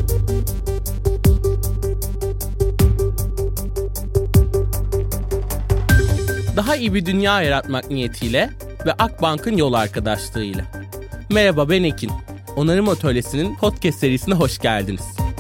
Daha iyi bir dünya yaratmak niyetiyle ve Akbank'ın yol arkadaşlığıyla. Merhaba, ben Ekin. Onarım Atölyesi'nin podcast serisine hoş geldiniz.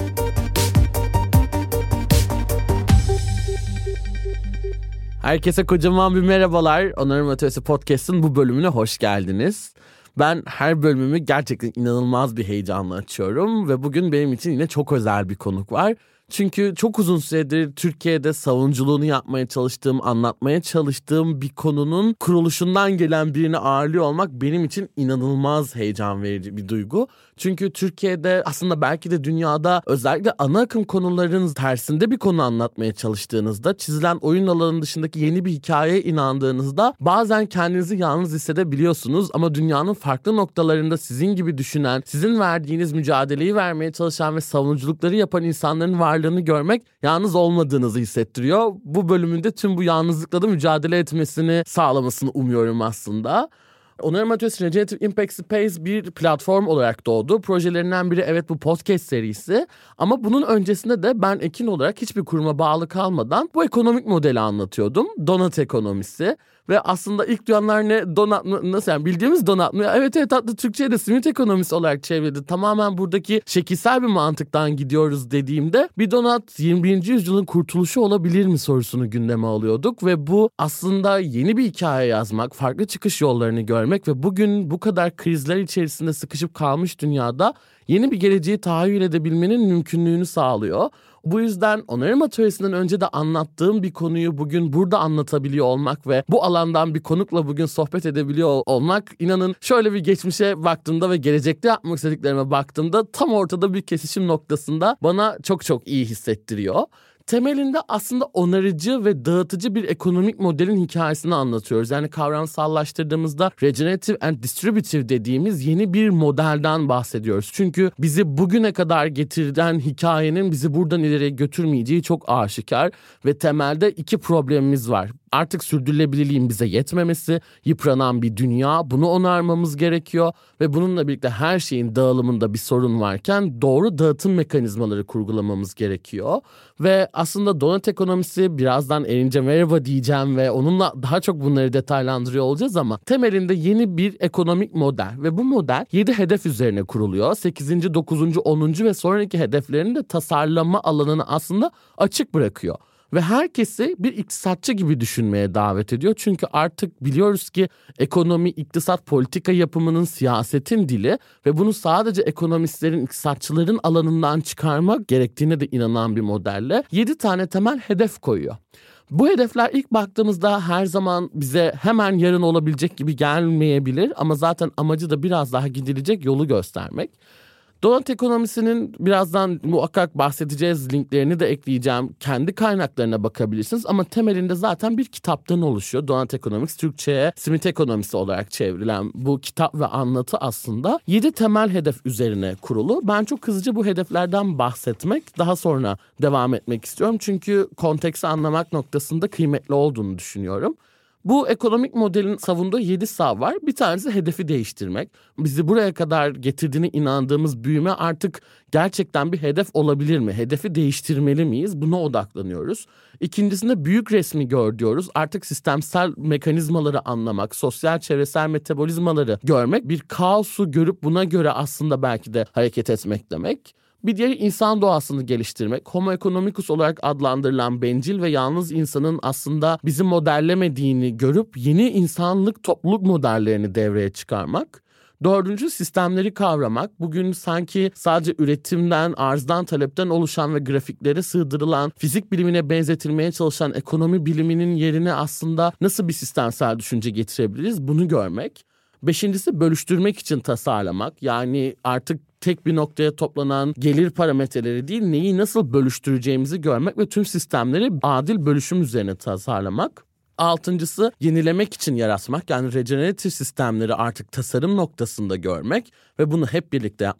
Herkese kocaman bir merhabalar. Onarım Atölyesi podcast'ın bu bölümüne hoş geldiniz. Ben her bölümümü gerçekten inanılmaz bir heyecanla açıyorum ve bugün benim için yine çok özel bir konuk var. Çünkü çok uzun süredir Türkiye'de savunuculuğunu yapmaya çalıştığım, anlatmaya çalıştığım bir konunun kuruluşundan gelen birini ağırlıyor olmak benim için inanılmaz heyecan verici bir duygu. Çünkü Türkiye'de, aslında belki de dünyada, özellikle ana akım konuların tersinde bir konu anlatmaya çalıştığınızda, çizilen oyun alanının dışındaki yeni bir hikayeye inandığınızda bazen kendinizi yalnız hissedebiliyorsunuz. Ama dünyanın farklı noktalarında sizin gibi düşünen, sizin verdiğiniz mücadeleyi vermeye çalışan ve savunuculukları yapan insanların varlığını görmek yalnız olmadığınızı hissettiriyor. Bu bölümünde tüm bu yalnızlıkla da mücadele etmesini sağlamasını umuyorum aslında. Onarım Atölyesi Regenerative Impact Space bir platform olarak doğdu. Projelerinden biri evet bu podcast serisi. Ama bunun öncesinde de ben Ekin olarak hiçbir kuruma bağlı kalmadan bu ekonomik modeli anlatıyordum. Donut ekonomisi. Ve aslında ilk duyanlar ne? Donut nasıl, yani bildiğimiz donut mı? Evet hatta Türkçe'ye de simit ekonomisi olarak çevrildi. Tamamen buradaki şekilsel bir mantıktan gidiyoruz dediğimde bir donut 21. yüzyılın kurtuluşu olabilir mi sorusunu gündeme alıyorduk. Ve bu aslında yeni bir hikaye yazmak, farklı çıkış yollarını görmek ve bugün bu kadar krizler içerisinde sıkışıp kalmış dünyada yeni bir geleceği tahayyül edebilmenin mümkünlüğünü sağlıyor. Bu yüzden Onarım Atölyesi'nden önce de anlattığım bir konuyu bugün burada anlatabiliyor olmak ve bu alandan bir konukla bugün sohbet edebiliyor olmak, inanın şöyle bir geçmişe baktığımda ve gelecekte yapmak istediklerime baktığımda tam ortada bir kesişim noktasında bana çok çok iyi hissettiriyor. Temelinde aslında onarıcı ve dağıtıcı bir ekonomik modelin hikayesini anlatıyoruz. Yani kavramsallaştırdığımızda regenerative and distributive dediğimiz yeni bir modelden bahsediyoruz. Çünkü bizi bugüne kadar getiren hikayenin bizi buradan ileriye götürmeyeceği çok aşikar ve temelde iki problemimiz var. Artık sürdürülebilirliğin bize yetmemesi, yıpranan bir dünya, bunu onarmamız gerekiyor ve bununla birlikte her şeyin dağılımında bir sorun varken doğru dağıtım mekanizmaları kurgulamamız gerekiyor. Ve aslında donut ekonomisi, birazdan Erince merhaba diyeceğim ve onunla daha çok bunları detaylandırıyor olacağız ama temelinde yeni bir ekonomik model ve bu model 7 hedef üzerine kuruluyor. 8. 9. 10. ve sonraki hedeflerini de tasarlama alanını aslında açık bırakıyor. Ve herkesi bir iktisatçı gibi düşünmeye davet ediyor. Çünkü artık biliyoruz ki ekonomi, iktisat, politika yapımının, siyasetin dili ve bunu sadece ekonomistlerin, iktisatçıların alanından çıkarmak gerektiğine de inanan bir modelle 7 tane temel hedef koyuyor. Bu hedefler ilk baktığımızda her zaman bize hemen yarın olabilecek gibi gelmeyebilir ama zaten amacı da biraz daha gidilecek yolu göstermek. Donut ekonomisinin birazdan muhakkak bahsedeceğiz, linklerini de ekleyeceğim. Kendi kaynaklarına bakabilirsiniz ama temelinde zaten bir kitaptan oluşuyor. Donut Economics, Türkçe'ye simit ekonomisi olarak çevrilen bu kitap ve anlatı aslında 7 temel hedef üzerine kurulu. Ben çok hızlıca bu hedeflerden bahsetmek, daha sonra devam etmek istiyorum. Çünkü konteksti anlamak noktasında kıymetli olduğunu düşünüyorum. Bu ekonomik modelin savunduğu 7 sağ var. Bir tanesi hedefi değiştirmek. Bizi buraya kadar getirdiğine inandığımız büyüme artık gerçekten bir hedef olabilir mi? Hedefi değiştirmeli miyiz? Buna odaklanıyoruz. İkincisinde büyük resmi gör diyoruz. Artık sistemsel mekanizmaları anlamak, sosyal çevresel metabolizmaları görmek, bir kaosu görüp buna göre aslında belki de hareket etmek demek. Bir diğeri insan doğasını geliştirmek. Homo economicus olarak adlandırılan bencil ve yalnız insanın aslında bizi modellemediğini görüp yeni insanlık topluluk modellerini devreye çıkarmak. 4. sistemleri kavramak. Bugün sanki sadece üretimden, arzdan, talepten oluşan ve grafiklere sığdırılan, fizik bilimine benzetilmeye çalışan ekonomi biliminin yerine aslında nasıl bir sistemsel düşünce getirebiliriz bunu görmek. 5. bölüştürmek için tasarlamak. Yani artık tek bir noktaya toplanan gelir parametreleri değil, neyi nasıl bölüştüreceğimizi görmek ve tüm sistemleri adil bölüşüm üzerine tasarlamak. 6. yenilemek için yaratmak, yani regeneratif sistemleri artık tasarım noktasında görmek ve bunu hep birlikte yapmak.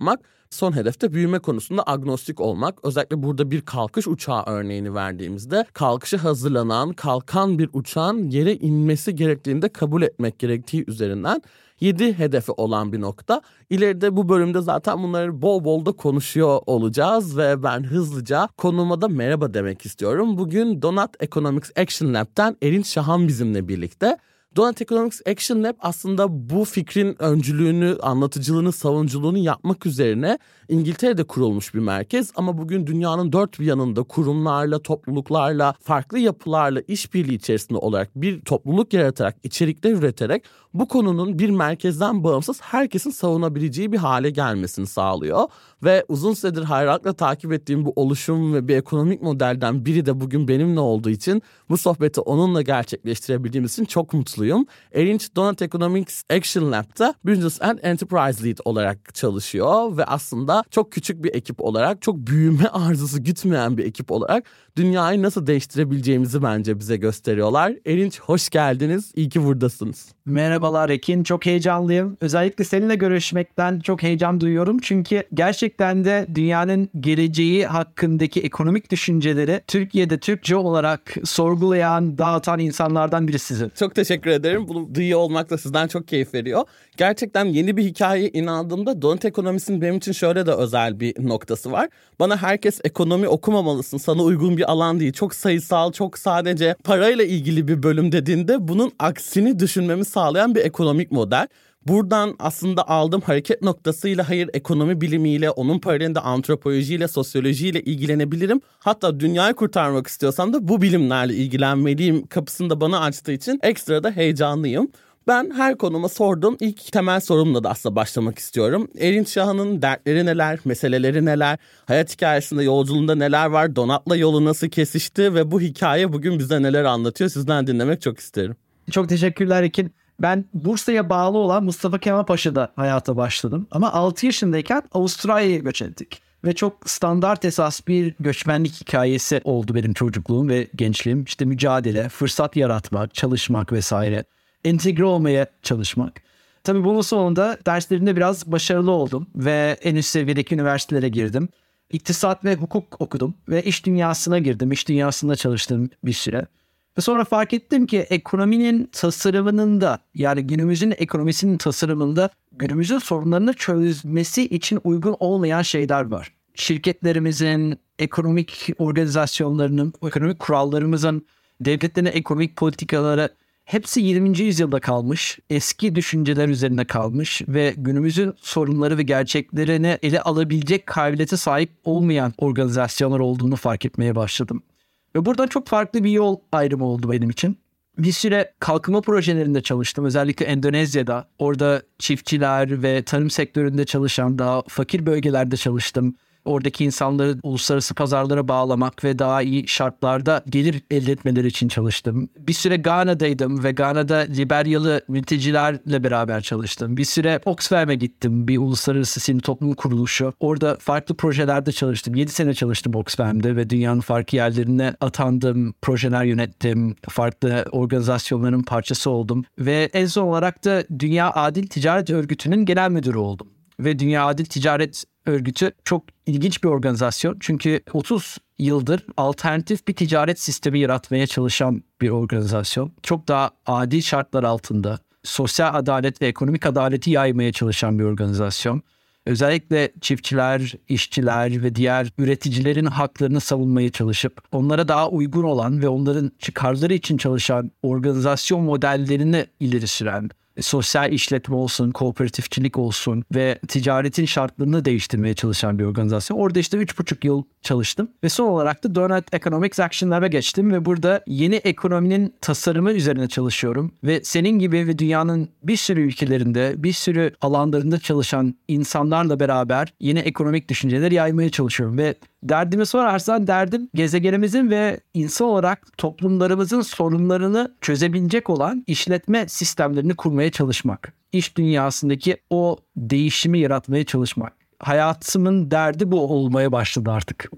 Son hedefte büyüme konusunda agnostik olmak. Özellikle burada bir kalkış uçağı örneğini verdiğimizde kalkışı hazırlanan, kalkan bir uçağın yere inmesi gerektiğini de kabul etmek gerektiği üzerinden 7 hedefi olan bir nokta. İleride bu bölümde zaten bunları bol bol da konuşuyor olacağız ve ben hızlıca konuma da merhaba demek istiyorum. Bugün Donut Economics Action Lab'ten Erinç Şahan bizimle birlikte. Donut Economics Action Lab aslında bu fikrin öncülüğünü, anlatıcılığını, savunuculuğunu yapmak üzerine İngiltere'de kurulmuş bir merkez. Ama bugün dünyanın dört bir yanında kurumlarla, topluluklarla, farklı yapılarla işbirliği içerisinde olarak bir topluluk yaratarak, içerikler üreterek bu konunun bir merkezden bağımsız herkesin savunabileceği bir hale gelmesini sağlıyor. Ve uzun süredir hayranlıkla takip ettiğim bu oluşum ve bir ekonomik modelden biri de bugün benimle olduğu için bu sohbeti onunla gerçekleştirebildiğimiz için çok mutluyum. Erinç Donut Economics Action Lab'da Business and Enterprise Lead olarak çalışıyor ve aslında çok küçük bir ekip olarak, çok büyüme arzusu gütmeyen bir ekip olarak dünyayı nasıl değiştirebileceğimizi bence bize gösteriyorlar. Erinç, hoş geldiniz. İyi ki buradasınız. Merhabalar Ekin. Çok heyecanlıyım. Özellikle seninle görüşmekten çok heyecan duyuyorum. Çünkü gerçekten de dünyanın geleceği hakkındaki ekonomik düşünceleri Türkiye'de Türkçe olarak sorgulayan, dağıtan insanlardan birisiniz. Çok teşekkür ederim. Bunu duyuyor olmak da sizden çok keyif veriyor. Gerçekten yeni bir hikayeye inandığımda donut ekonomisinin benim için şöyle de özel bir noktası var. Bana herkes ekonomi okumamalısın, sana uygun bir alan değil, çok sayısal, çok sadece parayla ilgili bir bölüm dediğinde bunun aksini düşünmemi sağlayan bir ekonomik model. Buradan aslında aldığım hareket noktasıyla hayır ekonomi bilimiyle, onun paralelinde antropolojiyle, sosyolojiyle ilgilenebilirim. Hatta dünyayı kurtarmak istiyorsam da bu bilimlerle ilgilenmeliyim kapısını da bana açtığı için ekstra da heyecanlıyım. Ben her konuma sorduğum ilk temel sorumla da aslında başlamak istiyorum. Erinç Şahan'ın dertleri neler, meseleleri neler, hayat hikayesinde, yolculuğunda neler var, Donat'la yolu nasıl kesişti ve bu hikaye bugün bize neler anlatıyor, sizden dinlemek çok isterim. Çok teşekkürler Ekin. Ben Bursa'ya bağlı olan Mustafa Kemal Paşa'da hayata başladım. Ama 6 yaşındayken Avustralya'ya göç ettik. Ve çok standart esas bir göçmenlik hikayesi oldu benim çocukluğum ve gençliğim. İşte mücadele, fırsat yaratmak, çalışmak vesaire. Entegre olmaya çalışmak. Tabii bunun sonunda derslerimde biraz başarılı oldum ve en üst seviyedeki üniversitelere girdim. İktisat ve hukuk okudum ve iş dünyasına girdim. İş dünyasında çalıştım bir süre. Ve sonra fark ettim ki ekonominin tasarımının da, yani günümüzün ekonomisinin tasarımında günümüzün sorunlarını çözmesi için uygun olmayan şeyler var. Şirketlerimizin, ekonomik organizasyonlarının, ekonomik kurallarımızın, devletlerin ekonomik politikaları hepsi 20. yüzyılda kalmış, eski düşünceler üzerine kalmış ve günümüzün sorunları ve gerçeklerini ele alabilecek kabiliyete sahip olmayan organizasyonlar olduğunu fark etmeye başladım. Ve buradan çok farklı bir yol ayrımı oldu benim için. Bir süre kalkınma projelerinde çalıştım. Özellikle Endonezya'da. Orada çiftçiler ve tarım sektöründe çalışan daha fakir bölgelerde çalıştım. Oradaki insanları uluslararası pazarlara bağlamak ve daha iyi şartlarda gelir elde etmeleri için çalıştım. Bir süre Gana'daydım ve Gana'da Liberyalı mültecilerle beraber çalıştım. Bir süre Oxfam'e gittim, bir uluslararası sivil toplum kuruluşu. Orada farklı projelerde çalıştım. 7 sene çalıştım Oxfam'de ve dünyanın farklı yerlerine atandım, projeler yönettim, farklı organizasyonların parçası oldum. Ve en son olarak da Dünya Adil Ticaret Örgütü'nün genel müdürü oldum. Ve Dünya Adil Ticaret Örgütü çok ilginç bir organizasyon. Çünkü 30 yıldır alternatif bir ticaret sistemi yaratmaya çalışan bir organizasyon. Çok daha adil şartlar altında sosyal adalet ve ekonomik adaleti yaymaya çalışan bir organizasyon. Özellikle çiftçiler, işçiler ve diğer üreticilerin haklarını savunmaya çalışıp onlara daha uygun olan ve onların çıkarları için çalışan organizasyon modellerini ileri süren, sosyal işletme olsun, kooperatifçilik olsun ve ticaretin şartlarını değiştirmeye çalışan bir organizasyon. Orada işte 3,5 yıl çalıştım ve son olarak da Donut Economics Action Lab'e geçtim ve burada yeni ekonominin tasarımı üzerine çalışıyorum. Ve senin gibi ve dünyanın bir sürü ülkelerinde, bir sürü alanlarında çalışan insanlarla beraber yeni ekonomik düşünceleri yaymaya çalışıyorum ve derdimi sorarsan derdim gezegenimizin ve insan olarak toplumlarımızın sorunlarını çözebilecek olan işletme sistemlerini kurmaya çalışmak. İş dünyasındaki o değişimi yaratmaya çalışmak. Hayatımın derdi bu olmaya başladı artık.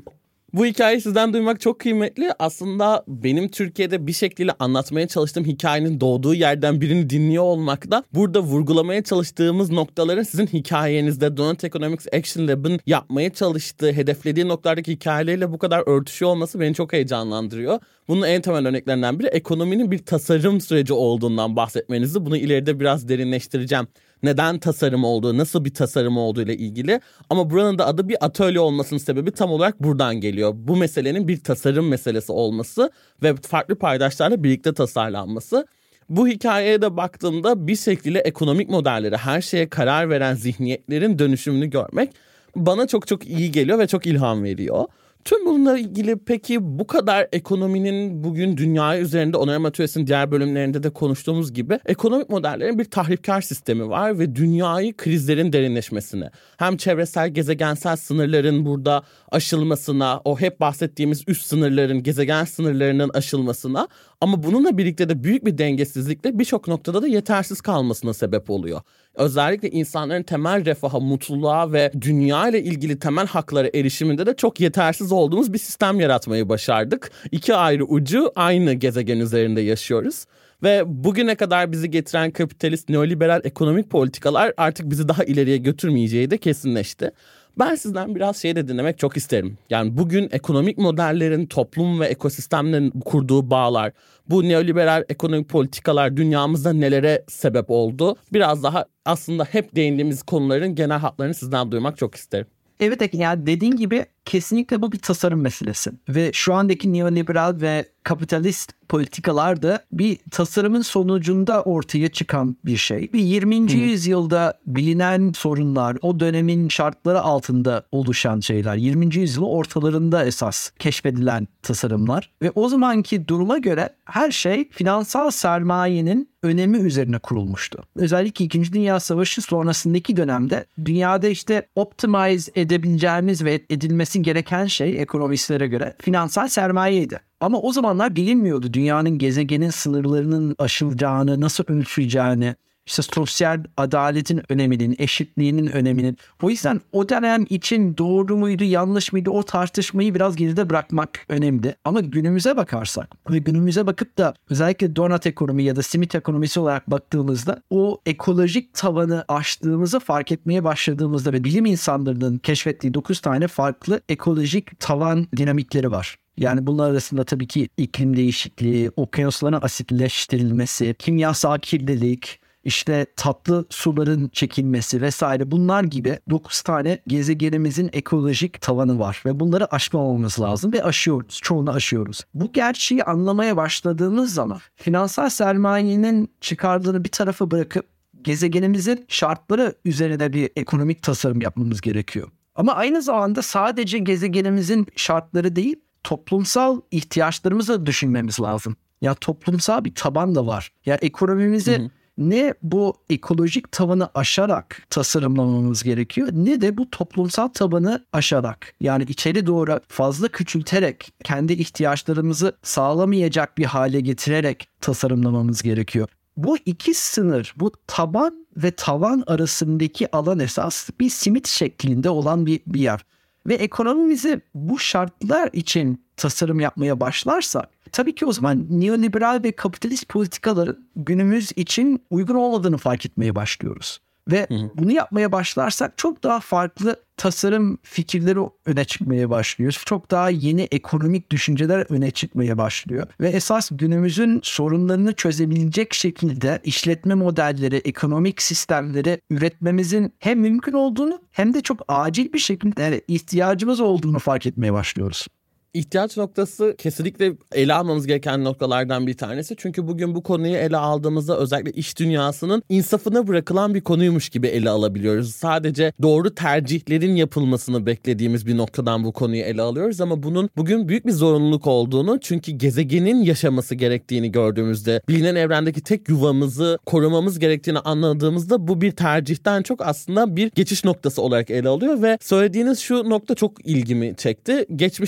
Bu hikayeyi sizden duymak çok kıymetli. Aslında benim Türkiye'de bir şekilde anlatmaya çalıştığım hikayenin doğduğu yerden birini dinliyor olmak da burada vurgulamaya çalıştığımız noktaların sizin hikayenizde Donut Economics Action Lab'ın yapmaya çalıştığı, hedeflediği noktalardaki hikayeleriyle bu kadar örtüşüyor olması beni çok heyecanlandırıyor. Bunun en temel örneklerinden biri ekonominin bir tasarım süreci olduğundan bahsetmenizi. Bunu ileride biraz derinleştireceğim. Neden tasarım olduğu, nasıl bir tasarım olduğu ile ilgili. Ama buranın da adı bir atölye olmasının sebebi tam olarak buradan geliyor. Bu meselenin bir tasarım meselesi olması ve farklı paydaşlarla birlikte tasarlanması. Bu hikayeye de baktığımda bir şekilde ekonomik modelleri, her şeye karar veren zihniyetlerin dönüşümünü görmek bana çok çok iyi geliyor ve çok ilham veriyor. Tüm bununla ilgili peki bu kadar ekonominin bugün dünya üzerinde Onarım Atölyesi'nin diğer bölümlerinde de konuştuğumuz gibi ekonomik modellerin bir tahripkar sistemi var ve dünyayı krizlerin derinleşmesine, hem çevresel gezegensel sınırların burada aşılmasına, o hep bahsettiğimiz üst sınırların, gezegen sınırlarının aşılmasına ama bununla birlikte de büyük bir dengesizlikle birçok noktada da yetersiz kalmasına sebep oluyor. Özellikle insanların temel refaha, mutluluğa ve dünya ile ilgili temel haklara erişiminde de çok yetersiz olduğumuz bir sistem yaratmayı başardık. İki ayrı ucu aynı gezegen üzerinde yaşıyoruz. Ve bugüne kadar bizi getiren kapitalist neoliberal ekonomik politikalar artık bizi daha ileriye götürmeyeceği de kesinleşti. Ben sizden biraz şey de dinlemek çok isterim. Yani bugün ekonomik modellerin toplum ve ekosistemle kurduğu bağlar, bu neoliberal ekonomik politikalar dünyamızda nelere sebep oldu? Biraz daha aslında hep değindiğimiz konuların genel hatlarını sizden duymak çok isterim. Evet Ekin, yani dediğin gibi kesinlikle bu bir tasarım meselesi. Ve şu andaki neoliberal ve kapitalist politikalar da bir tasarımın sonucunda ortaya çıkan bir şey. Ve 20. yüzyılda bilinen sorunlar, o dönemin şartları altında oluşan şeyler. 20. yüzyılın ortalarında esas keşfedilen tasarımlar. Ve o zamanki duruma göre her şey finansal sermayenin önemi üzerine kurulmuştu. Özellikle 2. Dünya Savaşı sonrasındaki dönemde dünyada işte optimize edebileceğimiz ve edilmesi gereken şey ekonomistlere göre finansal sermayeydi. Ama o zamanlar bilinmiyordu dünyanın, gezegenin sınırlarının aşılacağını, nasıl ölçüleceğini, işte sosyal adaletin öneminin, eşitliğinin öneminin. O yüzden o dönem için doğru muydu, yanlış mıydı o tartışmayı biraz geride bırakmak önemli. Ama günümüze bakarsak ve günümüze bakıp da özellikle donut ekonomi ya da simit ekonomisi olarak baktığımızda o ekolojik tavanı aştığımızı fark etmeye başladığımızda ve bilim insanlarının keşfettiği 9 tane farklı ekolojik tavan dinamikleri var. Yani bunlar arasında tabii ki iklim değişikliği, okyanusların asitleştirilmesi, kimyasal kirlilik, işte tatlı suların çekilmesi vesaire, bunlar gibi 9 tane gezegenimizin ekolojik tavanı var ve bunları aşmamamız lazım ve aşıyoruz. Çoğunu aşıyoruz. Bu gerçeği anlamaya başladığımız zaman finansal sermayenin çıkardığını bir tarafa bırakıp gezegenimizin şartları üzerine bir ekonomik tasarım yapmamız gerekiyor. Ama aynı zamanda sadece gezegenimizin şartları değil, toplumsal ihtiyaçlarımızı da düşünmemiz lazım. Ya toplumsal bir taban da var. Ya ekonomimizi ne bu ekolojik tavanı aşarak tasarımlamamız gerekiyor, ne de bu toplumsal tabanı aşarak, yani içeri doğru fazla küçülterek, kendi ihtiyaçlarımızı sağlamayacak bir hale getirerek tasarımlamamız gerekiyor. Bu iki sınır, bu taban ve tavan arasındaki alan esas bir simit şeklinde olan bir yer. Ve ekonomimizi bu şartlar için tasarım yapmaya başlarsak, tabii ki o zaman neoliberal ve kapitalist politikaların günümüz için uygun olmadığını fark etmeye başlıyoruz. Ve bunu yapmaya başlarsak çok daha farklı tasarım fikirleri öne çıkmaya başlıyor. Çok daha yeni ekonomik düşünceler öne çıkmaya başlıyor. Ve esas günümüzün sorunlarını çözebilecek şekilde işletme modelleri, ekonomik sistemleri üretmemizin hem mümkün olduğunu hem de çok acil bir şekilde ihtiyacımız olduğunu fark etmeye başlıyoruz. İhtiyaç noktası kesinlikle ele almamız gereken noktalardan bir tanesi. Çünkü bugün bu konuyu ele aldığımızda özellikle iş dünyasının insafına bırakılan bir konuymuş gibi ele alabiliyoruz. Sadece doğru tercihlerin yapılmasını beklediğimiz bir noktadan bu konuyu ele alıyoruz. Ama bunun bugün büyük bir zorunluluk olduğunu, çünkü gezegenin yaşaması gerektiğini gördüğümüzde, bilinen evrendeki tek yuvamızı korumamız gerektiğini anladığımızda bu bir tercihten çok aslında bir geçiş noktası olarak ele alıyor. Ve söylediğiniz şu nokta çok ilgimi çekti. Geçmişte doğru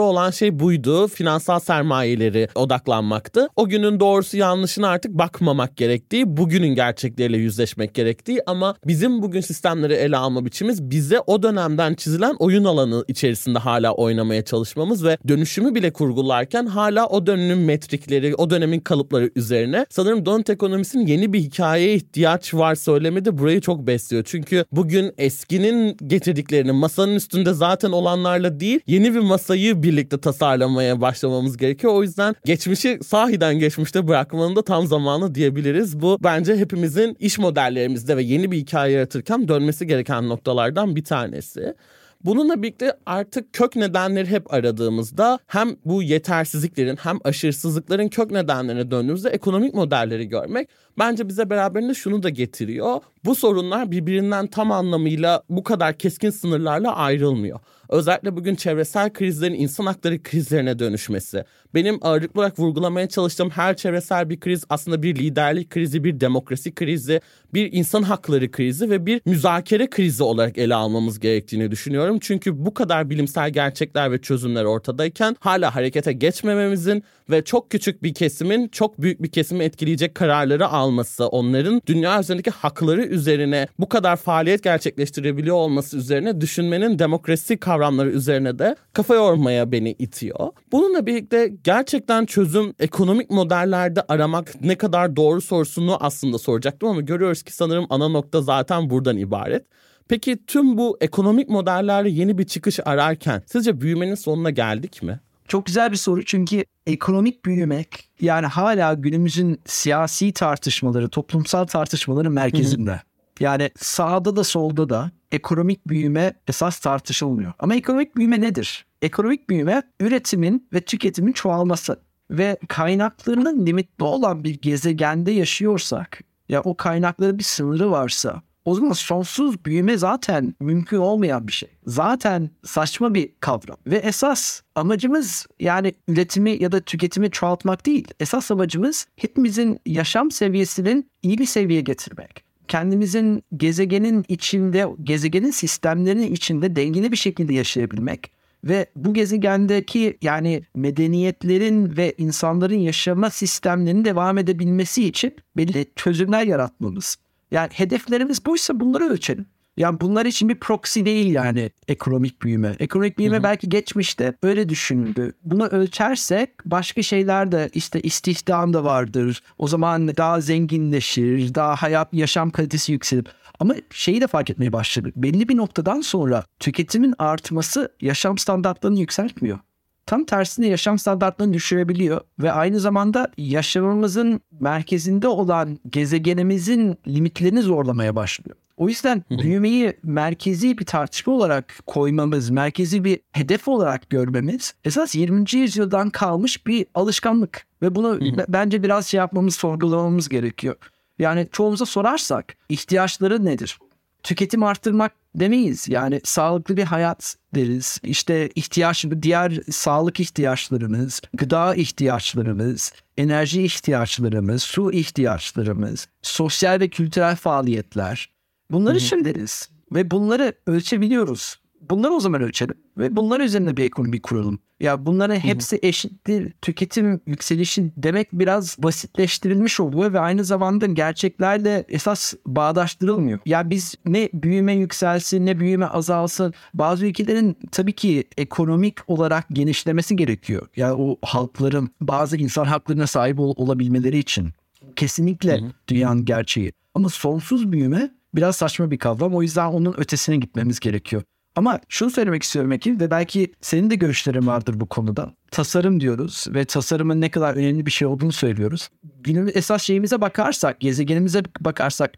olan şey buydu. Finansal sermayeleri odaklanmaktı. O günün doğrusu yanlışına artık bakmamak gerektiği, bugünün gerçekleriyle yüzleşmek gerektiği ama bizim bugün sistemleri ele alma biçimimiz bize o dönemden çizilen oyun alanı içerisinde hala oynamaya çalışmamız ve dönüşümü bile kurgularken hala o dönemin metrikleri, o dönemin kalıpları üzerine. Sanırım donut ekonomisinin yeni bir hikayeye ihtiyaç var söylemi de burayı çok besliyor. Çünkü bugün eskinin getirdiklerini masanın üstünde zaten olanlarla değil, yeni bir masayı birlikte tasarlamaya başlamamız gerekiyor. O yüzden geçmişi sahiden geçmişte bırakmanın da tam zamanı diyebiliriz. Bu bence hepimizin iş modellerimizde ve yeni bir hikaye yaratırken dönmesi gereken noktalardan bir tanesi. Bununla birlikte artık kök nedenleri hep aradığımızda hem bu yetersizliklerin hem aşırısızlıkların kök nedenlerine döndüğümüzde ekonomik modelleri görmek bence bize beraberinde şunu da getiriyor. Bu sorunlar birbirinden tam anlamıyla bu kadar keskin sınırlarla ayrılmıyor. Özellikle bugün çevresel krizlerin insan hakları krizlerine dönüşmesi. Benim ağırlıklı olarak vurgulamaya çalıştığım her çevresel bir kriz aslında bir liderlik krizi, bir demokrasi krizi, bir insan hakları krizi ve bir müzakere krizi olarak ele almamız gerektiğini düşünüyorum. Çünkü bu kadar bilimsel gerçekler ve çözümler ortadayken hala harekete geçmememizin ve çok küçük bir kesimin çok büyük bir kesimi etkileyecek kararları alması, onların dünya üzerindeki hakları üzerine bu kadar faaliyet gerçekleştirebiliyor olması üzerine düşünmenin demokrasi kavramları üzerine de kafa yormaya beni itiyor. Bununla birlikte gerçekten çözüm ekonomik modellerde aramak ne kadar doğru sorusunu aslında soracaktım ama görüyoruz ki sanırım ana nokta zaten buradan ibaret. Peki tüm bu ekonomik modellerle yeni bir çıkış ararken sizce büyümenin sonuna geldik mi? Çok güzel bir soru çünkü ekonomik büyümek yani hala günümüzün siyasi tartışmaları, toplumsal tartışmaların merkezinde. Yani sağda da solda da ekonomik büyüme esas tartışılmıyor. Ama ekonomik büyüme nedir? Ekonomik büyüme üretimin ve tüketimin çoğalması ve kaynaklarının limitli olan bir gezegende yaşıyorsak ya o kaynakların bir sınırı varsa o zaman sonsuz büyüme zaten mümkün olmayan bir şey. Zaten saçma bir kavram. Ve esas amacımız yani üretimi ya da tüketimi çoğaltmak değil. Esas amacımız hepimizin yaşam seviyesinin iyi bir seviyeye getirmek. Kendimizin gezegenin içinde, gezegenin sistemlerinin içinde dengeli bir şekilde yaşayabilmek. Ve bu gezegendeki yani medeniyetlerin ve insanların yaşama sistemlerinin devam edebilmesi için belli çözümler yaratmamız. Yani hedeflerimiz buysa bunları ölçelim. Yani bunlar için bir proxy değil yani ekonomik büyüme. Ekonomik büyüme belki geçmişte öyle düşünüldü. Bunu ölçersek başka şeyler de işte istihdam da vardır. O zaman daha zenginleşir, daha yaşam kalitesi yükselir. Ama şeyi de fark etmeye başladık. Belli bir noktadan sonra tüketimin artması yaşam standartlarını yükseltmiyor. Tam tersine yaşam standartlarını düşürebiliyor ve aynı zamanda yaşamımızın merkezinde olan gezegenimizin limitlerini zorlamaya başlıyor. O yüzden büyümeyi merkezi bir tartışma olarak koymamız, merkezi bir hedef olarak görmemiz esas 20. yüzyıldan kalmış bir alışkanlık. Ve bunu bence biraz sorgulamamız gerekiyor. Yani çoğumuza sorarsak ihtiyaçları nedir? Tüketim arttırmak demeyiz. Yani sağlıklı bir hayat deriz. İşte diğer sağlık ihtiyaçlarımız, gıda ihtiyaçlarımız, enerji ihtiyaçlarımız, su ihtiyaçlarımız, sosyal ve kültürel faaliyetler. Bunları için deriz. Ve bunları ölçebiliyoruz. Bunları o zaman ölçelim. Ve bunlar üzerine bir ekonomi kuralım. Ya bunların hepsi eşittir. Tüketim yükselişi demek biraz basitleştirilmiş oluyor ve aynı zamanda gerçeklerle esas bağdaştırılmıyor. Ya biz ne büyüme yükselsin ne büyüme azalsın. Bazı ülkelerin tabii ki ekonomik olarak genişlemesi gerekiyor. Ya o halkların bazı insan haklarına sahip olabilmeleri için. Kesinlikle dünyanın gerçeği. Ama sonsuz büyüme biraz saçma bir kavram. O yüzden onun ötesine gitmemiz gerekiyor. Ama şunu söylemek istiyorum Ekin ve belki senin de görüşlerin vardır bu konuda. Tasarım diyoruz ve tasarımın ne kadar önemli bir şey olduğunu söylüyoruz. Günümüz esas şeyimize bakarsak, gezegenimize bakarsak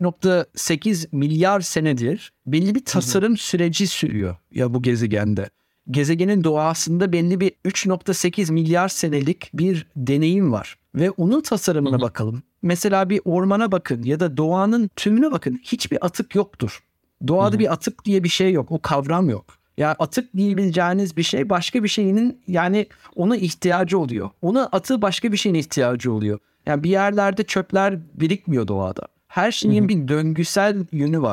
3.8 milyar senedir belli bir tasarım süreci sürüyor ya bu gezegende. Gezegenin doğasında belli bir 3.8 milyar senelik bir deneyim var ve onun tasarımına bakalım. Mesela bir ormana bakın ya da doğanın tümüne bakın. Hiçbir atık yoktur. Doğada bir atık diye bir şey yok. O kavram yok. Yani atık diyebileceğiniz bir şey başka bir şeyin yani ona ihtiyacı oluyor. Ona atığı başka bir şeyin ihtiyacı oluyor. Yani bir yerlerde çöpler birikmiyor doğada. Her şeyin bir döngüsel yönü var.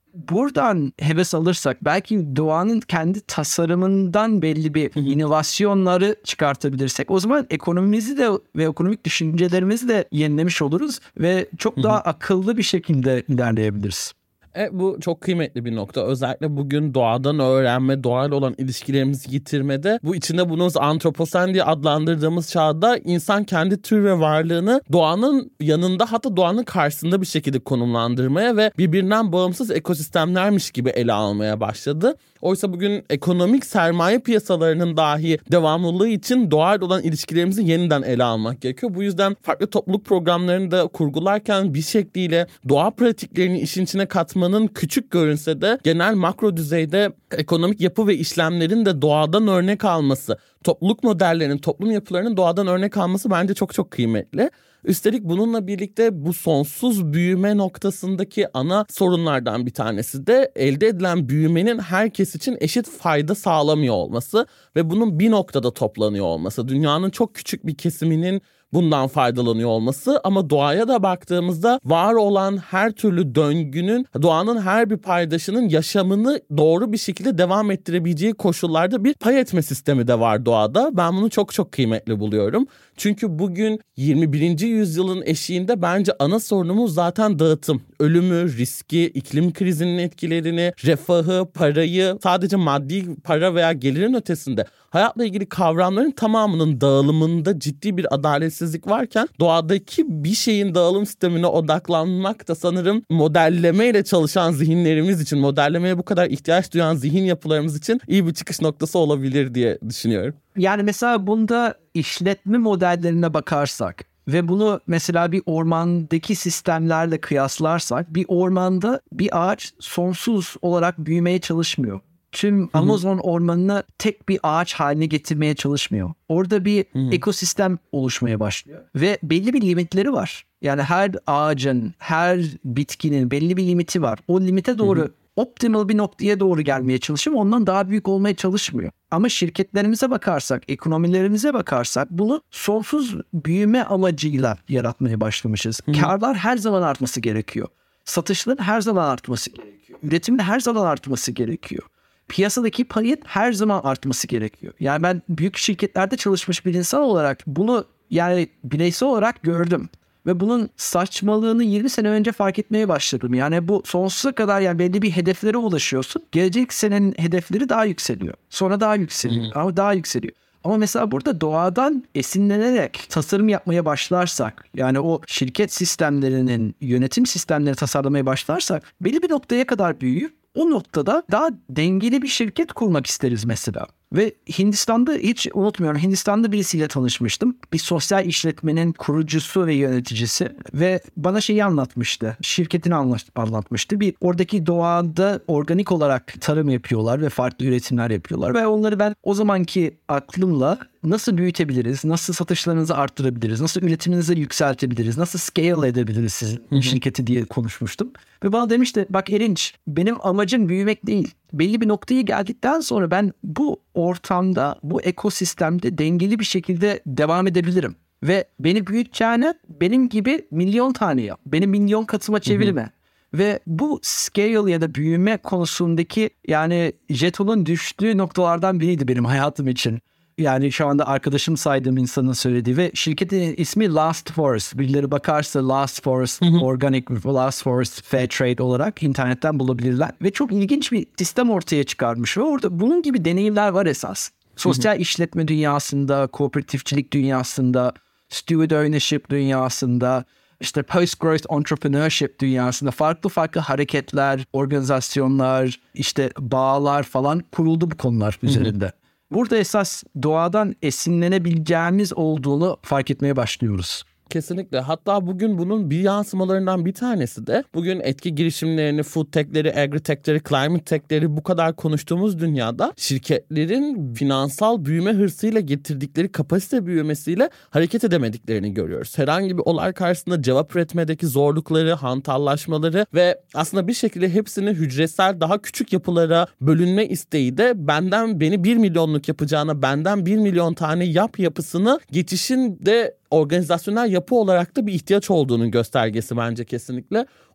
buradan heves alırsak belki doğanın kendi tasarımından belli bir inovasyonları çıkartabilirsek o zaman ekonomimizi de ve ekonomik düşüncelerimizi de yenilemiş oluruz ve çok daha akıllı bir şekilde ilerleyebiliriz. Bu çok kıymetli bir nokta. Özellikle bugün doğadan öğrenme, doğayla olan ilişkilerimizi yitirmede, bu içinde bulunduğumuz antroposen diye adlandırdığımız çağda insan kendi tür ve varlığını doğanın yanında, hatta doğanın karşısında bir şekilde konumlandırmaya ve birbirinden bağımsız ekosistemlermiş gibi ele almaya başladı. Oysa bugün ekonomik sermaye piyasalarının dahi devamlılığı için doğayla olan ilişkilerimizi yeniden ele almak gerekiyor. Bu yüzden farklı topluluk programlarını da kurgularken bir şekliyle doğa pratiklerini işin içine katmanın küçük görünse de genel makro düzeyde ekonomik yapı ve işlemlerin de doğadan örnek alması, topluluk modellerinin, toplum yapılarının doğadan örnek alması bence çok çok kıymetli. Üstelik bununla birlikte bu sonsuz büyüme noktasındaki ana sorunlardan bir tanesi de elde edilen büyümenin herkes için eşit fayda sağlamıyor olması ve bunun bir noktada toplanıyor olması. Dünyanın çok küçük bir kesiminin bundan faydalanıyor olması, ama doğaya da baktığımızda var olan her türlü döngünün, doğanın her bir paydaşının yaşamını doğru bir şekilde devam ettirebileceği koşullarda bir pay etme sistemi de var doğada. Ben bunu çok çok kıymetli buluyorum. Çünkü bugün 21. yüzyılın eşiğinde bence ana sorunumuz zaten dağıtım. Ölümü, riski, iklim krizinin etkilerini, refahı, parayı, sadece maddi para veya gelirin ötesinde hayatla ilgili kavramların tamamının dağılımında ciddi bir adaletsizlik varken doğadaki bir şeyin dağılım sistemine odaklanmak da sanırım modellemeyle çalışan zihinlerimiz için, modellemeye bu kadar ihtiyaç duyan zihin yapılarımız için iyi bir çıkış noktası olabilir diye düşünüyorum. Yani mesela bunda işletme modellerine bakarsak ve bunu mesela bir ormandaki sistemlerle kıyaslarsak, bir ormanda bir ağaç sonsuz olarak büyümeye çalışmıyor. Tüm Amazon ormanını tek bir ağaç haline getirmeye çalışmıyor. Orada bir ekosistem oluşmaya başlıyor. Ve belli bir limitleri var. Yani her ağacın, her bitkinin belli bir limiti var. O limite doğru optimal bir noktaya doğru gelmeye çalışıyor. Ondan daha büyük olmaya çalışmıyor. Ama şirketlerimize bakarsak, ekonomilerimize bakarsak bunu sonsuz büyüme amacıyla yaratmaya başlamışız. Karlar her zaman artması gerekiyor. Satışların her zaman artması gerekiyor. Üretimin her zaman artması gerekiyor. Piyasadaki payın her zaman artması gerekiyor. Yani ben büyük şirketlerde çalışmış bir insan olarak bunu yani bireysel olarak gördüm. Ve bunun saçmalığını 20 sene önce fark etmeye başladım. Yani bu sonsuza kadar yani belli bir hedeflere ulaşıyorsun. Gelecek senenin hedefleri daha yükseliyor. Sonra daha yükseliyor. Ama daha yükseliyor. Ama mesela burada doğadan esinlenerek tasarım yapmaya başlarsak, yani o şirket sistemlerinin, yönetim sistemlerini tasarlamaya başlarsak belli bir noktaya kadar büyüyüp o noktada daha dengeli bir şirket kurmak isteriz mesela. Ve Hindistan'da hiç unutmuyorum, Hindistan'da birisiyle tanışmıştım. Bir sosyal işletmenin kurucusu ve yöneticisi ve bana şeyi anlatmıştı. Şirketini anlatmıştı. Bir oradaki doğada organik olarak tarım yapıyorlar ve farklı üretimler yapıyorlar. Ve onları ben o zamanki aklımla nasıl büyütebiliriz, nasıl satışlarınızı arttırabiliriz, nasıl üretiminizi yükseltebiliriz, nasıl scale edebiliriz sizin şirketi diye konuşmuştum. Ve bana demişti, bak Erinç, benim amacım büyümek değil. Belli bir noktaya geldikten sonra ben bu ortamda, bu ekosistemde dengeli bir şekilde devam edebilirim. Ve beni büyüteceğine benim gibi milyon tane yap. Beni milyon katıma çevirme. Ve bu scale ya da büyüme konusundaki yani jetonun düştüğü noktalardan biriydi benim hayatım için. Yani şu anda arkadaşım saydığım insanın söylediği ve şirketin ismi Last Forest. Birileri bakarsa Last Forest Organic, Last Forest Fair Trade olarak internetten bulabilirler. Ve çok ilginç bir sistem ortaya çıkarmış ve orada bunun gibi deneyimler var esas. Sosyal işletme dünyasında, kooperatifçilik dünyasında, steward ownership dünyasında, işte post-growth entrepreneurship dünyasında farklı hareketler, organizasyonlar, işte bağlar falan kuruldu bu konular üzerinde. Burada esas doğadan esinlenebileceğimiz olduğunu fark etmeye başlıyoruz. Kesinlikle. Hatta bugün bunun bir yansımalarından bir tanesi de bugün etki girişimlerini, food tech'leri, agri-tech'leri, climate tech'leri bu kadar konuştuğumuz dünyada şirketlerin finansal büyüme hırsıyla getirdikleri kapasite büyümesiyle hareket edemediklerini görüyoruz. Herhangi bir olay karşısında cevap üretmedeki zorlukları, hantallaşmaları ve aslında bir şekilde hepsini hücresel daha küçük yapılara bölünme isteği de beni 1 milyonluk yapacağına benden 1 milyon tane yapısını geçişin de organizasyonel yapı olarak da bir ihtiyaç olduğunun göstergesi bence kesinlikle.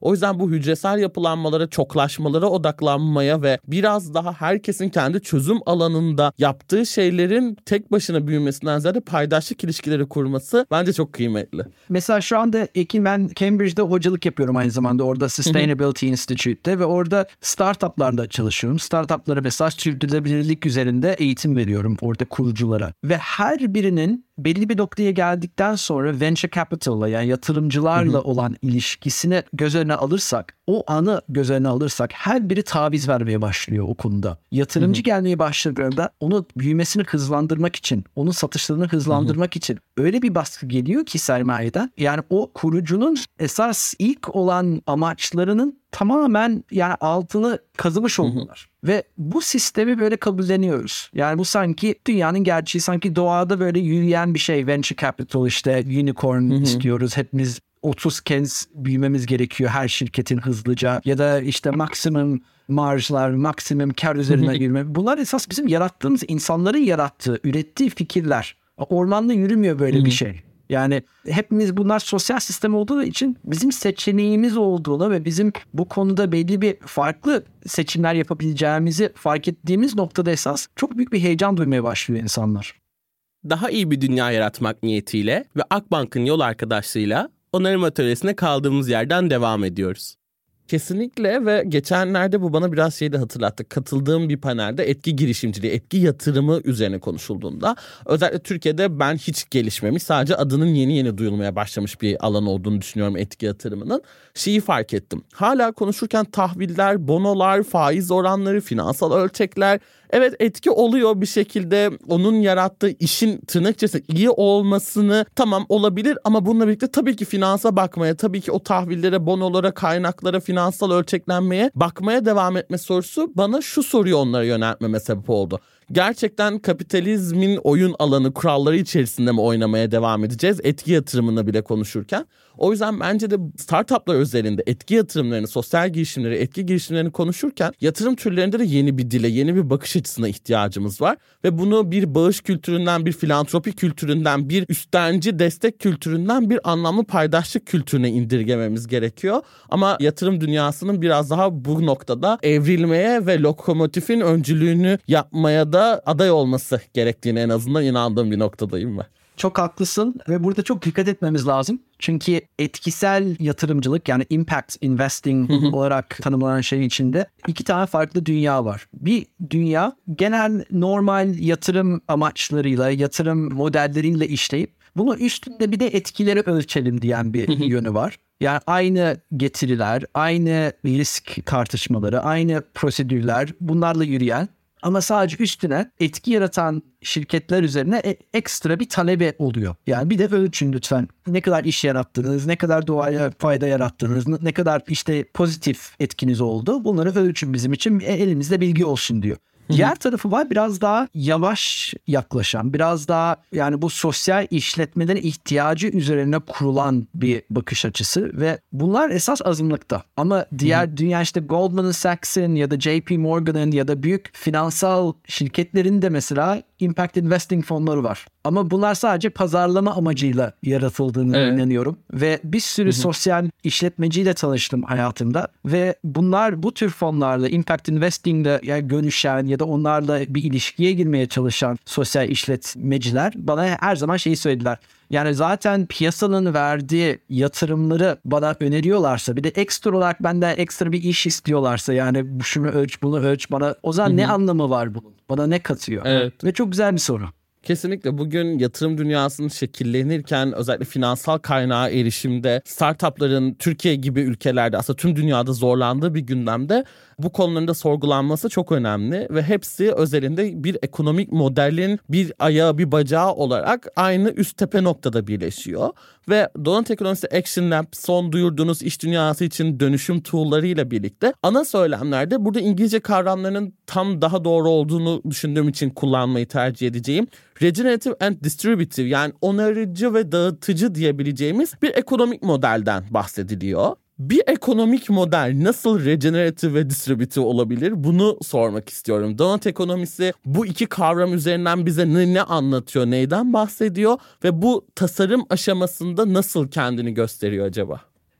O yüzden bu hücresel yapılanmalara, çoklaşmalara odaklanmaya ve biraz daha herkesin kendi çözüm alanında yaptığı şeylerin tek başına büyümesinden ziyade paydaşlık ilişkileri kurması bence çok kıymetli. Mesela şu anda Ekin, ben Cambridge'de hocalık yapıyorum aynı zamanda, orada Sustainability Institute'te ve orada startuplarla çalışıyorum. Startuplara mesela sürdürülebilirlik üzerinde eğitim veriyorum orada kuruculara. Ve her birinin belli bir noktaya geldikten sonra venture capital'la, yani yatırımcılarla olan ilişkisini göz önüne alırsak, o anı göz önüne alırsak her biri taviz vermeye başlıyor o konuda. Yatırımcı gelmeye başladığında onu büyümesini hızlandırmak için, onun satışlarını hızlandırmak için öyle bir baskı geliyor ki sermayeden. Yani o kurucunun esas ilk olan amaçlarının tamamen yani altını kazımış oldular. Ve bu sistemi böyle kabulleniyoruz. Yani bu sanki dünyanın gerçeği, sanki doğada böyle yürüyen bir şey. Venture capital, işte unicorn istiyoruz. Hepimiz 30 kez büyümemiz gerekiyor her şirketin hızlıca. Ya da işte maksimum marjlar, maksimum kar üzerine yürüme. Bunlar esas bizim yarattığımız, insanların yarattığı, ürettiği fikirler. Ormanda yürümüyor böyle bir şey. Yani hepimiz, bunlar sosyal sistem olduğu için bizim seçeneğimiz olduğunu ve bizim bu konuda belli bir farklı seçimler yapabileceğimizi fark ettiğimiz noktada esas çok büyük bir heyecan duymaya başlıyor insanlar. Daha iyi bir dünya yaratmak niyetiyle ve Akbank'ın yol arkadaşlığıyla onarım atölyesine kaldığımız yerden devam ediyoruz. Kesinlikle ve geçenlerde bu bana biraz şeyi de hatırlattı. Katıldığım bir panelde etki girişimciliği, etki yatırımı üzerine konuşulduğunda özellikle Türkiye'de ben hiç gelişmemiş, sadece adının yeni duyulmaya başlamış bir alan olduğunu düşünüyorum etki yatırımının. Şeyi fark ettim. Hala konuşurken tahviller, bonolar, faiz oranları, finansal ölçekler, evet etki oluyor bir şekilde, onun yarattığı işin tırnak içerisinde iyi olmasını tamam olabilir ama bununla birlikte tabii ki finansa bakmaya, tabii ki o tahvillere, bonolara, kaynaklara, finansal ölçeklenmeye bakmaya devam etme sorusu bana şu soruyu onlara yöneltmeme sebep oldu. Gerçekten kapitalizmin oyun alanı, kuralları içerisinde mi oynamaya devam edeceğiz etki yatırımını bile konuşurken? O yüzden bence de startuplar özelinde etki yatırımlarını, sosyal girişimleri, etki girişimlerini konuşurken yatırım türlerinde de yeni bir dile, yeni bir bakış açısına ihtiyacımız var. Ve bunu bir bağış kültüründen, bir filantropi kültüründen, bir üsttenci destek kültüründen bir anlamlı paydaşlık kültürüne indirgememiz gerekiyor. Ama yatırım dünyasının biraz daha bu noktada evrilmeye ve lokomotifin öncülüğünü yapmaya da aday olması gerektiğine en azından inandığım bir noktadayım ben. Çok haklısın ve burada çok dikkat etmemiz lazım. Çünkü etkisel yatırımcılık, yani impact investing olarak tanımlanan şeyin içinde iki tane farklı dünya var. Bir dünya genel normal yatırım amaçlarıyla, yatırım modelleriyle işleyip bunun üstünde bir de etkileri ölçelim diyen bir yönü var. Yani aynı getiriler, aynı risk tartışmaları, aynı prosedürler, bunlarla yürüyen ama sadece üstüne etki yaratan şirketler üzerine ekstra bir talebe oluyor. Yani bir de ölçün lütfen. Ne kadar iş yarattınız, ne kadar doğaya fayda yarattınız, ne kadar işte pozitif etkiniz oldu. Bunları ölçün bizim için, elimizde bilgi olsun diyor. Diğer tarafı var, biraz daha yavaş yaklaşan, biraz daha yani bu sosyal işletmelerin ihtiyacı üzerine kurulan bir bakış açısı ve bunlar esas azınlıkta. Ama diğer dünya, işte Goldman Sachs'in ya da JP Morgan'ın ya da büyük finansal şirketlerin de mesela impact investing fonları var. Ama bunlar sadece pazarlama amacıyla yaratıldığını inanıyorum. Ve bir sürü sosyal işletmeciyle tanıştım hayatımda. Ve bunlar bu tür fonlarla, impact investing'de yani görüşen ya da onlarla bir ilişkiye girmeye çalışan sosyal işletmeciler bana her zaman şeyi söylediler. Yani zaten piyasanın verdiği yatırımları bana öneriyorlarsa, bir de ekstra olarak benden ekstra bir iş istiyorlarsa, yani şunu ölç, bunu ölç bana, o zaman ne anlamı var bunun? Bana ne katıyor? Evet. Ve çok güzel bir soru. Kesinlikle bugün yatırım dünyasının şekillenirken özellikle finansal kaynağa erişimde startupların Türkiye gibi ülkelerde, aslında tüm dünyada zorlandığı bir gündemde bu konuların da sorgulanması çok önemli ve hepsi özelinde bir ekonomik modelin bir ayağı, bir bacağı olarak aynı üst tepe noktada birleşiyor. Ve Donut Ekonomisi Action Lab son duyurduğunuz iş dünyası için dönüşüm tool'larıyla birlikte ana söylemlerde burada İngilizce kavramlarının tam daha doğru olduğunu düşündüğüm için kullanmayı tercih edeceğim. Regenerative and Distributive, yani onarıcı ve dağıtıcı diyebileceğimiz bir ekonomik modelden bahsediliyor. Bir ekonomik model nasıl regenerative ve distributive olabilir? Bunu sormak istiyorum. Donut ekonomisi bu iki kavram üzerinden bize ne anlatıyor, neyden bahsediyor ve bu tasarım aşamasında nasıl kendini gösteriyor acaba?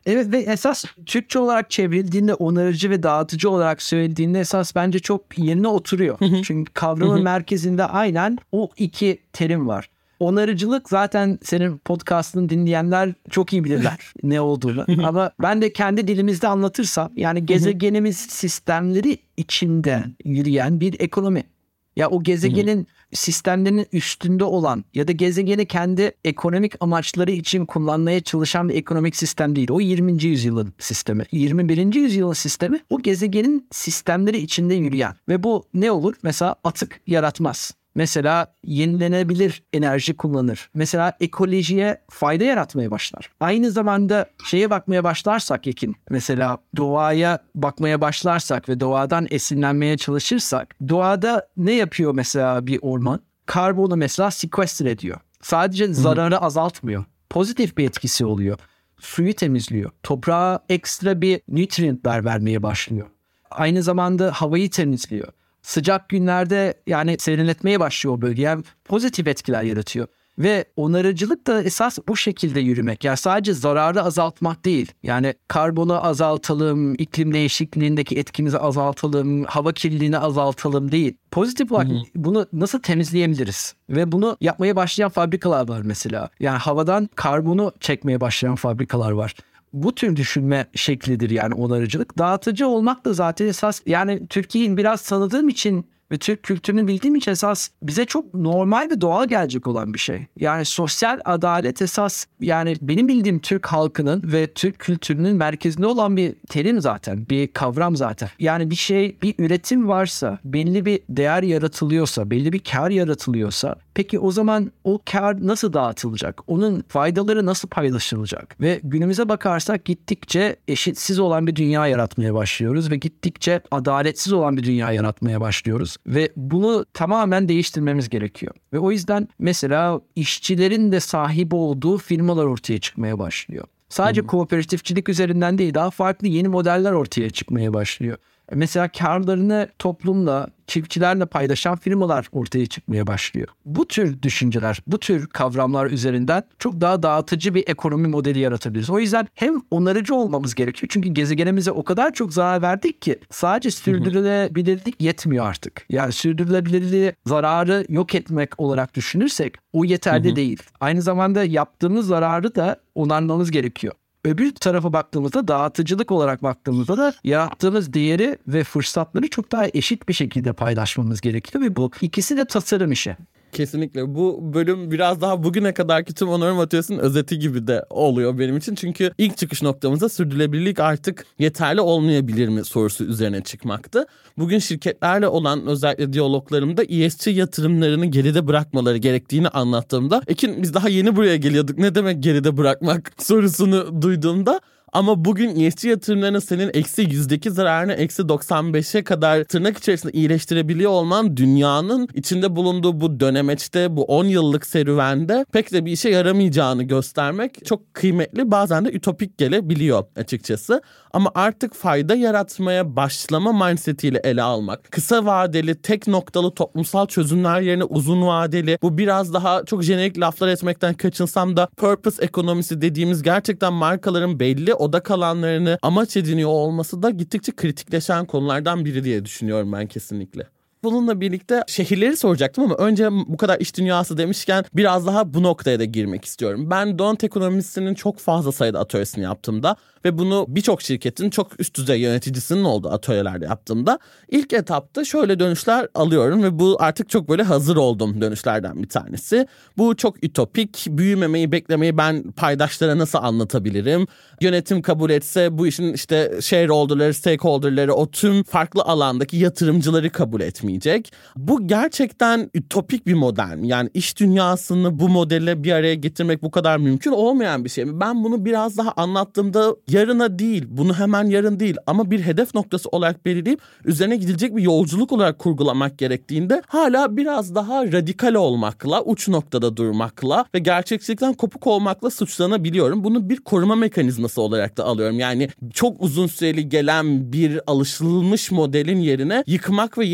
Evet ve esas Türkçe olarak çevrildiğinde, onarıcı ve dağıtıcı olarak söylediğinde esas bence çok yerine oturuyor. Çünkü kavramın merkezinde aynen o iki terim var. Onarıcılık zaten senin podcast'ını dinleyenler çok iyi bilirler ne olduğunu. Ama ben de kendi dilimizde anlatırsam, yani gezegenimiz sistemleri içinde yürüyen bir ekonomi. Ya o gezegenin sistemlerinin üstünde olan ya da gezegeni kendi ekonomik amaçları için kullanmaya çalışan bir ekonomik sistem değil. O 20. yüzyılın sistemi. 21. yüzyılın sistemi o gezegenin sistemleri içinde yürüyen. Ve bu ne olur? Mesela atık yaratmaz. Mesela yenilenebilir enerji kullanır. Mesela ekolojiye fayda yaratmaya başlar. Aynı zamanda şeye bakmaya başlarsak Ekin, mesela doğaya bakmaya başlarsak ve doğadan esinlenmeye çalışırsak, doğada ne yapıyor mesela bir orman? Karbonu mesela sequester ediyor. Sadece zararı azaltmıyor. Pozitif bir etkisi oluyor. Suyu temizliyor. Toprağa ekstra bir nutrientler vermeye başlıyor. Aynı zamanda havayı temizliyor. Sıcak günlerde yani serinletmeye başlıyor o bölge. Yani pozitif etkiler yaratıyor. Ve onarıcılık da esas bu şekilde yürümek. Yani sadece zararı azaltmak değil. Yani karbonu azaltalım, iklim değişikliğindeki etkimizi azaltalım, hava kirliliğini azaltalım değil. Pozitif olarak bunu nasıl temizleyebiliriz? Ve bunu yapmaya başlayan fabrikalar var mesela. Yani havadan karbonu çekmeye başlayan fabrikalar var. Bu tür düşünme şeklidir yani onarıcılık. Dağıtıcı olmak da zaten esas, yani Türkiye'yi biraz tanıdığım için ve Türk kültürünü bildiğim için esas bize çok normal ve doğal gelecek olan bir şey. Yani sosyal adalet esas, yani benim bildiğim Türk halkının ve Türk kültürünün merkezinde olan bir terim zaten, bir kavram zaten. Yani bir şey, bir üretim varsa, belli bir değer yaratılıyorsa, belli bir kar yaratılıyorsa, peki o zaman o kar nasıl dağıtılacak? Onun faydaları nasıl paylaşılacak? Ve günümüze bakarsak gittikçe eşitsiz olan bir dünya yaratmaya başlıyoruz ve gittikçe adaletsiz olan bir dünya yaratmaya başlıyoruz. Ve bunu tamamen değiştirmemiz gerekiyor. Ve o yüzden mesela işçilerin de sahibi olduğu firmalar ortaya çıkmaya başlıyor. Sadece kooperatifçilik üzerinden değil, daha farklı yeni modeller ortaya çıkmaya başlıyor. Mesela karlarını toplumla, çiftçilerle paylaşan firmalar ortaya çıkmaya başlıyor. Bu tür düşünceler, bu tür kavramlar üzerinden çok daha dağıtıcı bir ekonomi modeli yaratabiliriz. O yüzden hem onarıcı olmamız gerekiyor. Çünkü gezegenimize o kadar çok zarar verdik ki sadece sürdürülebilirlik yetmiyor artık. Yani sürdürülebilirliği, zararı yok etmek olarak düşünürsek o yeterli değil. Aynı zamanda yaptığımız zararı da onarmamız gerekiyor. Öbür tarafa baktığımızda, dağıtıcılık olarak baktığımızda da yarattığımız değeri ve fırsatları çok daha eşit bir şekilde paylaşmamız gerekiyor ve bu ikisi de tasarım işi. Kesinlikle. Bu bölüm biraz daha bugüne kadarki tüm onarım atölyesinin özeti gibi de oluyor benim için. Çünkü ilk çıkış noktamızda sürdürülebilirlik artık yeterli olmayabilir mi sorusu üzerine çıkmaktı. Bugün şirketlerle olan özellikle diyaloglarımda ESG yatırımlarını geride bırakmaları gerektiğini anlattığımda, Ekin biz daha yeni buraya geliyorduk, ne demek geride bırakmak sorusunu duyduğumda, ama bugün ESG yatırımlarının senin -%2 zararını -95'e kadar tırnak içerisinde iyileştirebiliyor olman, dünyanın içinde bulunduğu bu dönemeçte, bu 10 yıllık serüvende pek de bir işe yaramayacağını göstermek çok kıymetli, bazen de ütopik gelebiliyor açıkçası. Ama artık fayda yaratmaya başlama mindsetiyle ele almak, kısa vadeli, tek noktalı toplumsal çözümler yerine uzun vadeli, bu biraz daha çok jenerik laflar etmekten kaçınsam da purpose ekonomisi dediğimiz, gerçekten markaların belli odak alanlarını amaç ediniyor olması da gittikçe kritikleşen konulardan biri diye düşünüyorum ben kesinlikle. Bununla birlikte şehirleri soracaktım ama önce bu kadar iş dünyası demişken biraz daha bu noktaya da girmek istiyorum. Ben donut ekonomisinin çok fazla sayıda atölyesini yaptığımda ve bunu birçok şirketin çok üst düzey yöneticisinin olduğu atölyelerde yaptığımda ilk etapta şöyle dönüşler alıyorum ve bu artık çok böyle hazır olduğum dönüşlerden bir tanesi. Bu çok ütopik, büyümemeyi beklemeyi ben paydaşlara nasıl anlatabilirim? Yönetim kabul etse bu işin işte shareholder'ları, stakeholder'ları, o tüm farklı alandaki yatırımcıları kabul etmeyecek. Bu gerçekten ütopik bir model mi? Yani iş dünyasını bu modelle bir araya getirmek bu kadar mümkün olmayan bir şey mi? Ben bunu biraz daha anlattığımda yarına değil, bunu hemen yarın değil ama bir hedef noktası olarak belirleyip üzerine gidilecek bir yolculuk olarak kurgulamak gerektiğinde hala biraz daha radikal olmakla, uç noktada durmakla ve gerçekçilikten kopuk olmakla suçlanabiliyorum. Bunu bir koruma mekanizması olarak da alıyorum. Yani çok uzun süreli gelen bir alışılmış modelin yerine yıkmak ve yeni bir şey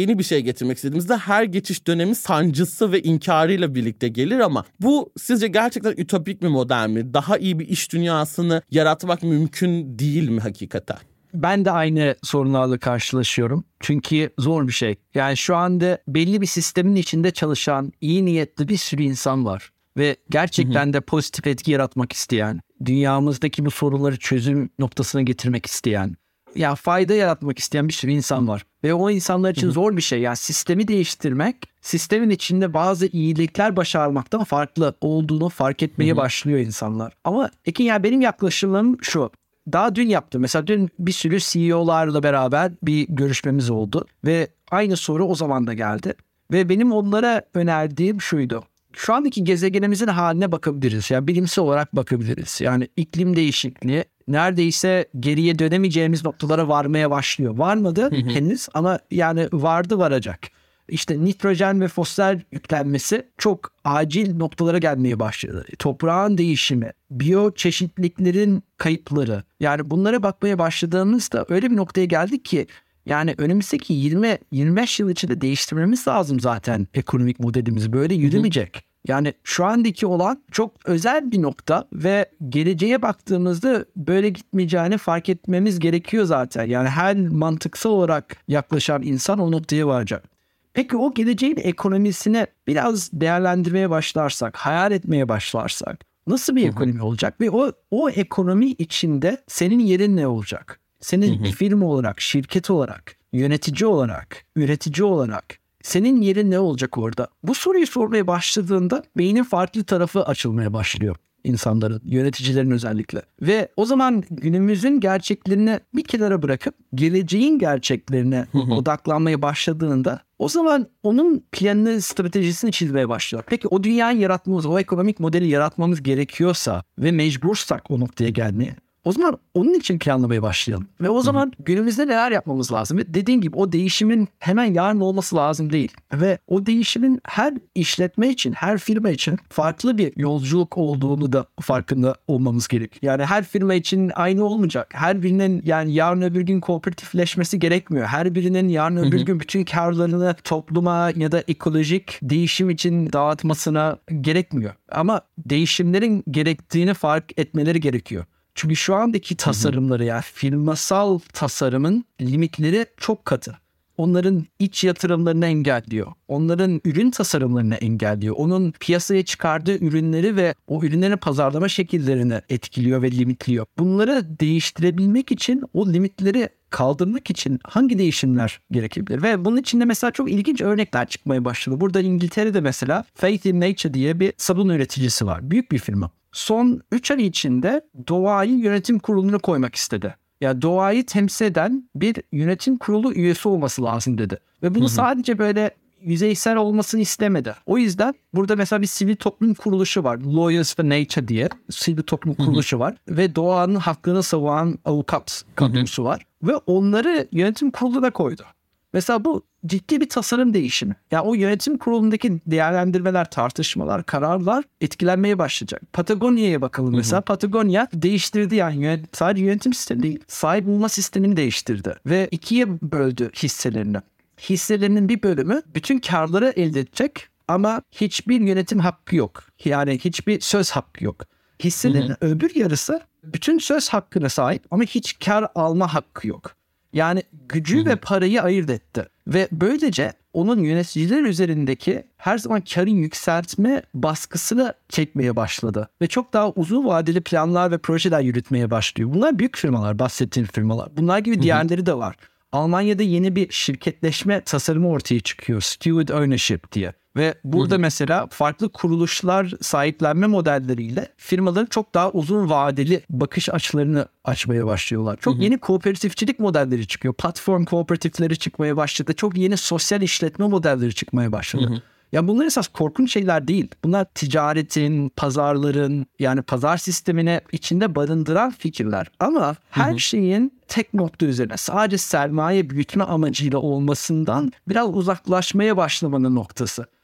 getirmek istediğimizde her geçiş dönemi sancısı ve inkarıyla birlikte gelir ama bu sizce gerçekten ütopik bir model mi? Daha iyi bir iş dünyasını yaratmak mümkün değil mi hakikaten? Ben de aynı sorunlarla karşılaşıyorum. Çünkü zor bir şey. Yani şu anda belli bir sistemin içinde çalışan iyi niyetli bir sürü insan var. Ve gerçekten de pozitif etki yaratmak isteyen, dünyamızdaki bu sorunları çözüm noktasına getirmek isteyen, ya fayda yaratmak isteyen bir sürü insan var. Ve o insanlar için zor bir şey. Yani sistemi değiştirmek, sistemin içinde bazı iyilikler başarmaktan farklı olduğunu fark etmeye başlıyor insanlar. Ama Ekin, yani benim yaklaşımım şu. Daha dün yaptım. Mesela dün bir sürü CEO'larla beraber bir görüşmemiz oldu. Ve aynı soru o zaman da geldi. Ve benim onlara önerdiğim şuydu. Şu andaki gezegenimizin haline bakabiliriz. Yani bilimsel olarak bakabiliriz. Yani iklim değişikliği neredeyse geriye dönemeyeceğimiz noktalara varmaya başlıyor. Varmadı henüz ama yani varacak. İşte nitrojen ve fosfor yüklenmesi çok acil noktalara gelmeye başladı. Toprağın değişimi, biyoçeşitliliklerin kayıpları. Yani bunlara bakmaya başladığımızda öyle bir noktaya geldik ki yani önümüzdeki 20-25 yıl içinde değiştirmemiz lazım zaten ekonomik modelimizi. Böyle yürümeyecek. Yani şu andaki olan çok özel bir nokta ve geleceğe baktığımızda böyle gitmeyeceğini fark etmemiz gerekiyor zaten. Yani her mantıksal olarak yaklaşan insan o noktaya varacak. Peki o geleceğin ekonomisini biraz değerlendirmeye başlarsak, hayal etmeye başlarsak nasıl bir ekonomi olacak ve o ekonomi içinde senin yerin ne olacak? Senin firma olarak, şirket olarak, yönetici olarak, üretici olarak senin yerin ne olacak orada? Bu soruyu sormaya başladığında beynin farklı tarafı açılmaya başlıyor insanların, yöneticilerin özellikle. Ve o zaman günümüzün gerçeklerini bir kenara bırakıp geleceğin gerçeklerine odaklanmaya başladığında o zaman onun planını, stratejisini çizmeye başlıyor. Peki o dünyayı yaratmamız, o ekonomik modeli yaratmamız gerekiyorsa ve mecbursak o noktaya gelmeye, o zaman onun için planlamaya başlayalım. Ve o zaman günümüzde neler yapmamız lazım? Ve dediğim gibi o değişimin hemen yarın olması lazım değil. Ve o değişimin her işletme için, her firma için farklı bir yolculuk olduğunu da farkında olmamız gerek. Yani her firma için aynı olmayacak. Her birinin yani yarın öbür gün kooperatifleşmesi gerekmiyor. Her birinin yarın öbür gün bütün karlarını topluma ya da ekolojik değişim için dağıtmasına gerekmiyor. Ama değişimlerin gerektiğini fark etmeleri gerekiyor. Çünkü şu andaki tasarımları yani firmasal tasarımın limitleri çok katı. Onların iç yatırımlarını engelliyor. Onların ürün tasarımlarını engelliyor. Onun piyasaya çıkardığı ürünleri ve o ürünlerin pazarlama şekillerini etkiliyor ve limitliyor. Bunları değiştirebilmek için, o limitleri kaldırmak için hangi değişimler gerekebilir? Ve bunun içinde mesela çok ilginç örnekler çıkmaya başladı. Burada İngiltere'de mesela Faith in Nature diye bir sabun üreticisi var. Büyük bir firma. Son 3 ay içinde doğayı yönetim kuruluna koymak istedi. Ya doğayı temsil eden bir yönetim kurulu üyesi olması lazım dedi. Ve bunu sadece böyle yüzeysel olmasını istemedi. O yüzden burada mesela bir sivil toplum kuruluşu var. Lawyers for Nature diye sivil toplum kuruluşu var. Ve doğanın hakkını savunan avukat kadrosu var. Ve onları yönetim kuruluna koydu. Mesela bu ciddi bir tasarım değişimi. Yani o yönetim kurulundaki değerlendirmeler, tartışmalar, kararlar etkilenmeye başlayacak. Patagonya'ya bakalım mesela. Patagonya değiştirdi yani sadece yönetim sistemi değil, sahip olma sistemini değiştirdi. Ve ikiye böldü hisselerini. Hisselerinin bir bölümü bütün karları elde edecek ama hiçbir yönetim hakkı yok. Yani hiçbir söz hakkı yok. Hisselerin öbür yarısı bütün söz hakkına sahip ama hiç kar alma hakkı yok. Yani gücü ve parayı ayırt etti. Ve böylece onun yöneticiler üzerindeki her zaman karın yükseltme baskısını çekmeye başladı. Ve çok daha uzun vadeli planlar ve projeler yürütmeye başlıyor. Bunlar büyük firmalar, bahsettiğim firmalar. Bunlar gibi diğerleri de var. Almanya'da yeni bir şirketleşme tasarımı ortaya çıkıyor. Steward Ownership diye. Ve burada mesela farklı kuruluşlar sahiplenme modelleriyle firmaların çok daha uzun vadeli bakış açılarını açmaya başlıyorlar. Çok yeni kooperatifçilik modelleri çıkıyor. Platform kooperatifleri çıkmaya başladı. Çok yeni sosyal işletme modelleri çıkmaya başladı. Ya bunlar esas korkunç şeyler değil. Bunlar ticaretin, pazarların yani pazar sistemine içinde barındıran fikirler. Ama her şeyin tek nokta üzerine sadece sermaye büyütme amacıyla olmasından biraz uzaklaşmaya başlamanın noktası.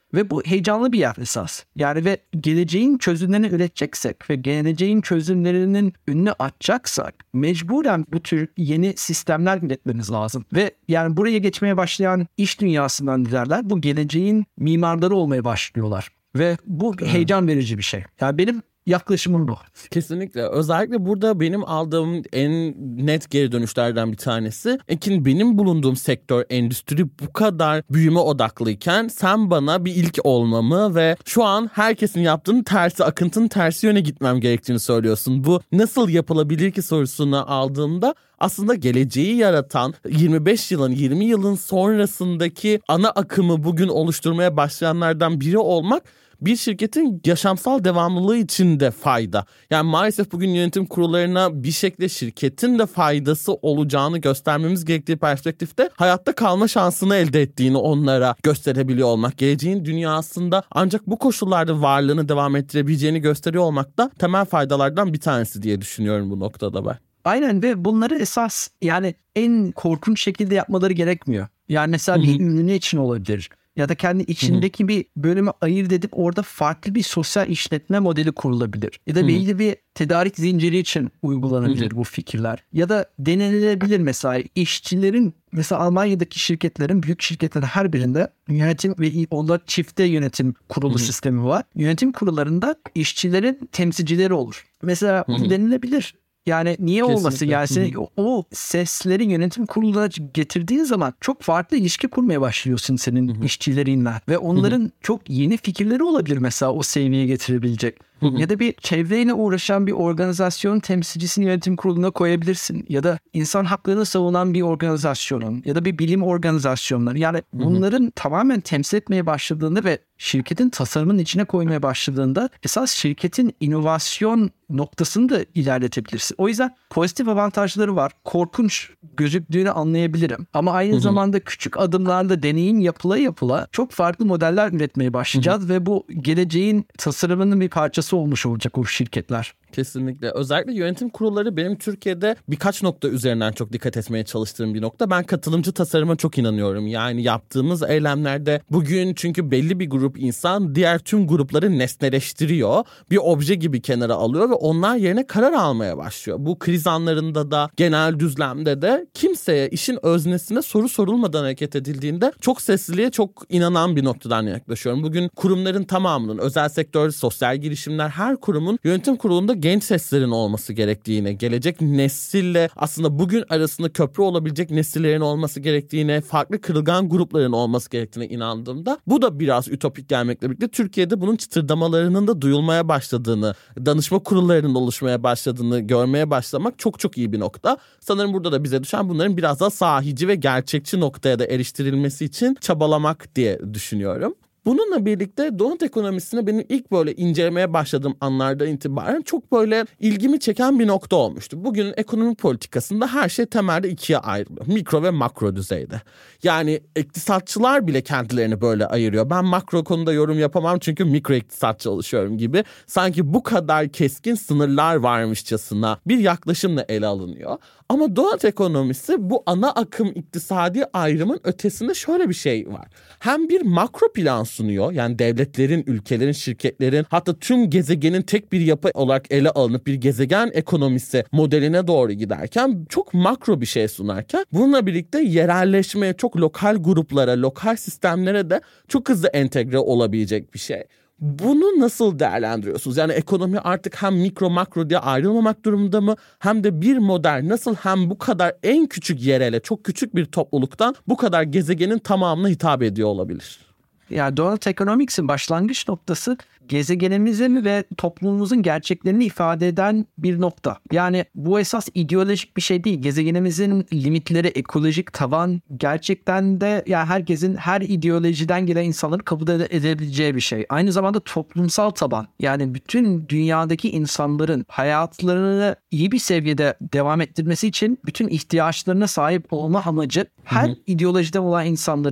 Ve bu heyecanlı bir yer esas. Yani ve geleceğin çözümlerini üreteceksek ve geleceğin çözümlerinin önünü açacaksak mecburen bu tür yeni sistemler üretmemiz lazım. Ve yani buraya geçmeye başlayan iş dünyasından liderler bu geleceğin mimarları olmaya başlıyorlar. Ve bu heyecan verici bir şey. Yani benim yaklaşımım bu. Kesinlikle. Özellikle burada benim aldığım en net geri dönüşlerden bir tanesi. Ekin, benim bulunduğum sektör, endüstri bu kadar büyüme odaklıyken sen bana bir ilk olmamı ve şu an herkesin yaptığının tersi, akıntının tersi yöne gitmem gerektiğini söylüyorsun. Bu nasıl yapılabilir ki sorusunu aldığımda aslında geleceği yaratan 25 yılın, 20 yılın sonrasındaki ana akımı bugün oluşturmaya başlayanlardan biri olmak bir şirketin yaşamsal devamlılığı için de fayda. Yani maalesef bugün yönetim kurullarına bir şekilde şirketin de faydası olacağını göstermemiz gerektiği perspektifte hayatta kalma şansını elde ettiğini onlara gösterebiliyor olmak. Geleceğin dünyasında ancak bu koşullarda varlığını devam ettirebileceğini gösteriyor olmak da temel faydalardan bir tanesi diye düşünüyorum bu noktada ben. Aynen ve bunları esas yani en korkunç şekilde yapmaları gerekmiyor. Yani mesela bir ünlü için olabilir. Ya da kendi içindeki bir bölümü ayırt edip orada farklı bir sosyal işletme modeli kurulabilir. Ya da belli bir tedarik zinciri için uygulanabilir bu fikirler. Ya da denilebilir mesela işçilerin, mesela Almanya'daki şirketlerin, büyük şirketlerin her birinde yönetim ve onlar çifte yönetim kurulu sistemi var. Yönetim kurullarında işçilerin temsilcileri olur. Mesela denilebilir. Yani niye olmasın? Yani senin o sesleri yönetim kuruluna getirdiğin zaman çok farklı ilişki kurmaya başlıyorsun senin işçilerinle. Ve onların çok yeni fikirleri olabilir mesela o seviyeye getirebilecek. Ya da bir çevreyle uğraşan bir organizasyon temsilcisini yönetim kuruluna koyabilirsin. Ya da insan haklarını savunan bir organizasyonun ya da bir bilim organizasyonları. Yani bunların tamamen temsil etmeye başladığında ve şirketin tasarımının içine koymaya başladığında esas şirketin inovasyon noktasını da ilerletebilirsin. O yüzden pozitif avantajları var. Korkunç gözüktüğünü anlayabilirim. Ama aynı zamanda küçük adımlarla deneyim yapıla çok farklı modeller üretmeye başlayacağız ve bu geleceğin tasarımının bir parçası olmuş olacak o şirketler. Kesinlikle. Özellikle yönetim kurulları benim Türkiye'de birkaç nokta üzerinden çok dikkat etmeye çalıştığım bir nokta. Ben katılımcı tasarıma çok inanıyorum. Yani yaptığımız eylemlerde bugün çünkü belli bir grup insan diğer tüm grupları nesneleştiriyor. Bir obje gibi kenara alıyor ve onlar yerine karar almaya başlıyor. Bu kriz anlarında da genel düzlemde de kimseye işin öznesine soru sorulmadan hareket edildiğinde çok sesliliğe çok inanan bir noktadan yaklaşıyorum. Bugün kurumların tamamının, özel sektör, sosyal girişimler, her kurumun yönetim kurulunda genç seslerin olması gerektiğine, gelecek nesille aslında bugün arasında köprü olabilecek nesillerin olması gerektiğine, farklı kırılgan grupların olması gerektiğine inandığımda bu da biraz ütopik gelmekle birlikte Türkiye'de bunun çıtırdamalarının da duyulmaya başladığını, danışma kurullarının oluşmaya başladığını görmeye başlamak çok çok iyi bir nokta. Sanırım burada da bize düşen bunların biraz daha sahici ve gerçekçi noktaya da eriştirilmesi için çabalamak diye düşünüyorum. Bununla birlikte donut ekonomisine benim ilk böyle incelemeye başladığım anlardan itibaren çok böyle ilgimi çeken bir nokta olmuştu. Bugünün ekonomi politikasında her şey temelde ikiye ayrılıyor. Mikro ve makro düzeyde. Yani iktisatçılar bile kendilerini böyle ayırıyor. Ben makro konuda yorum yapamam çünkü mikro iktisat çalışıyorum gibi. Sanki bu kadar keskin sınırlar varmışçasına bir yaklaşımla ele alınıyor. Ama donut ekonomisi bu ana akım iktisadi ayrımın ötesinde şöyle bir şey var. Hem bir makro plan sunuyor. Yani devletlerin, ülkelerin, şirketlerin hatta tüm gezegenin tek bir yapı olarak ele alınıp bir gezegen ekonomisi modeline doğru giderken çok makro bir şey sunarken bununla birlikte yerelleşmeye, çok lokal gruplara, lokal sistemlere de çok hızlı entegre olabilecek bir şey. Bunu nasıl değerlendiriyorsunuz? Yani ekonomi artık hem mikro makro diye ayrılmamak durumunda mı? Hem de bir model nasıl hem bu kadar en küçük yerele, çok küçük bir topluluktan bu kadar gezegenin tamamına hitap ediyor olabilir? Yani Donut Economics'in başlangıç noktası gezegenimizin ve toplumumuzun gerçeklerini ifade eden bir nokta. Yani bu esas ideolojik bir şey değil. Gezegenimizin limitleri, ekolojik tavan gerçekten de yani herkesin, her ideolojiden gelen insanların kabul edebileceği bir şey. Aynı zamanda toplumsal taban. Yani bütün dünyadaki insanların hayatlarını iyi bir seviyede devam ettirmesi için bütün ihtiyaçlarına sahip olma amacı her ideolojiden olan insanların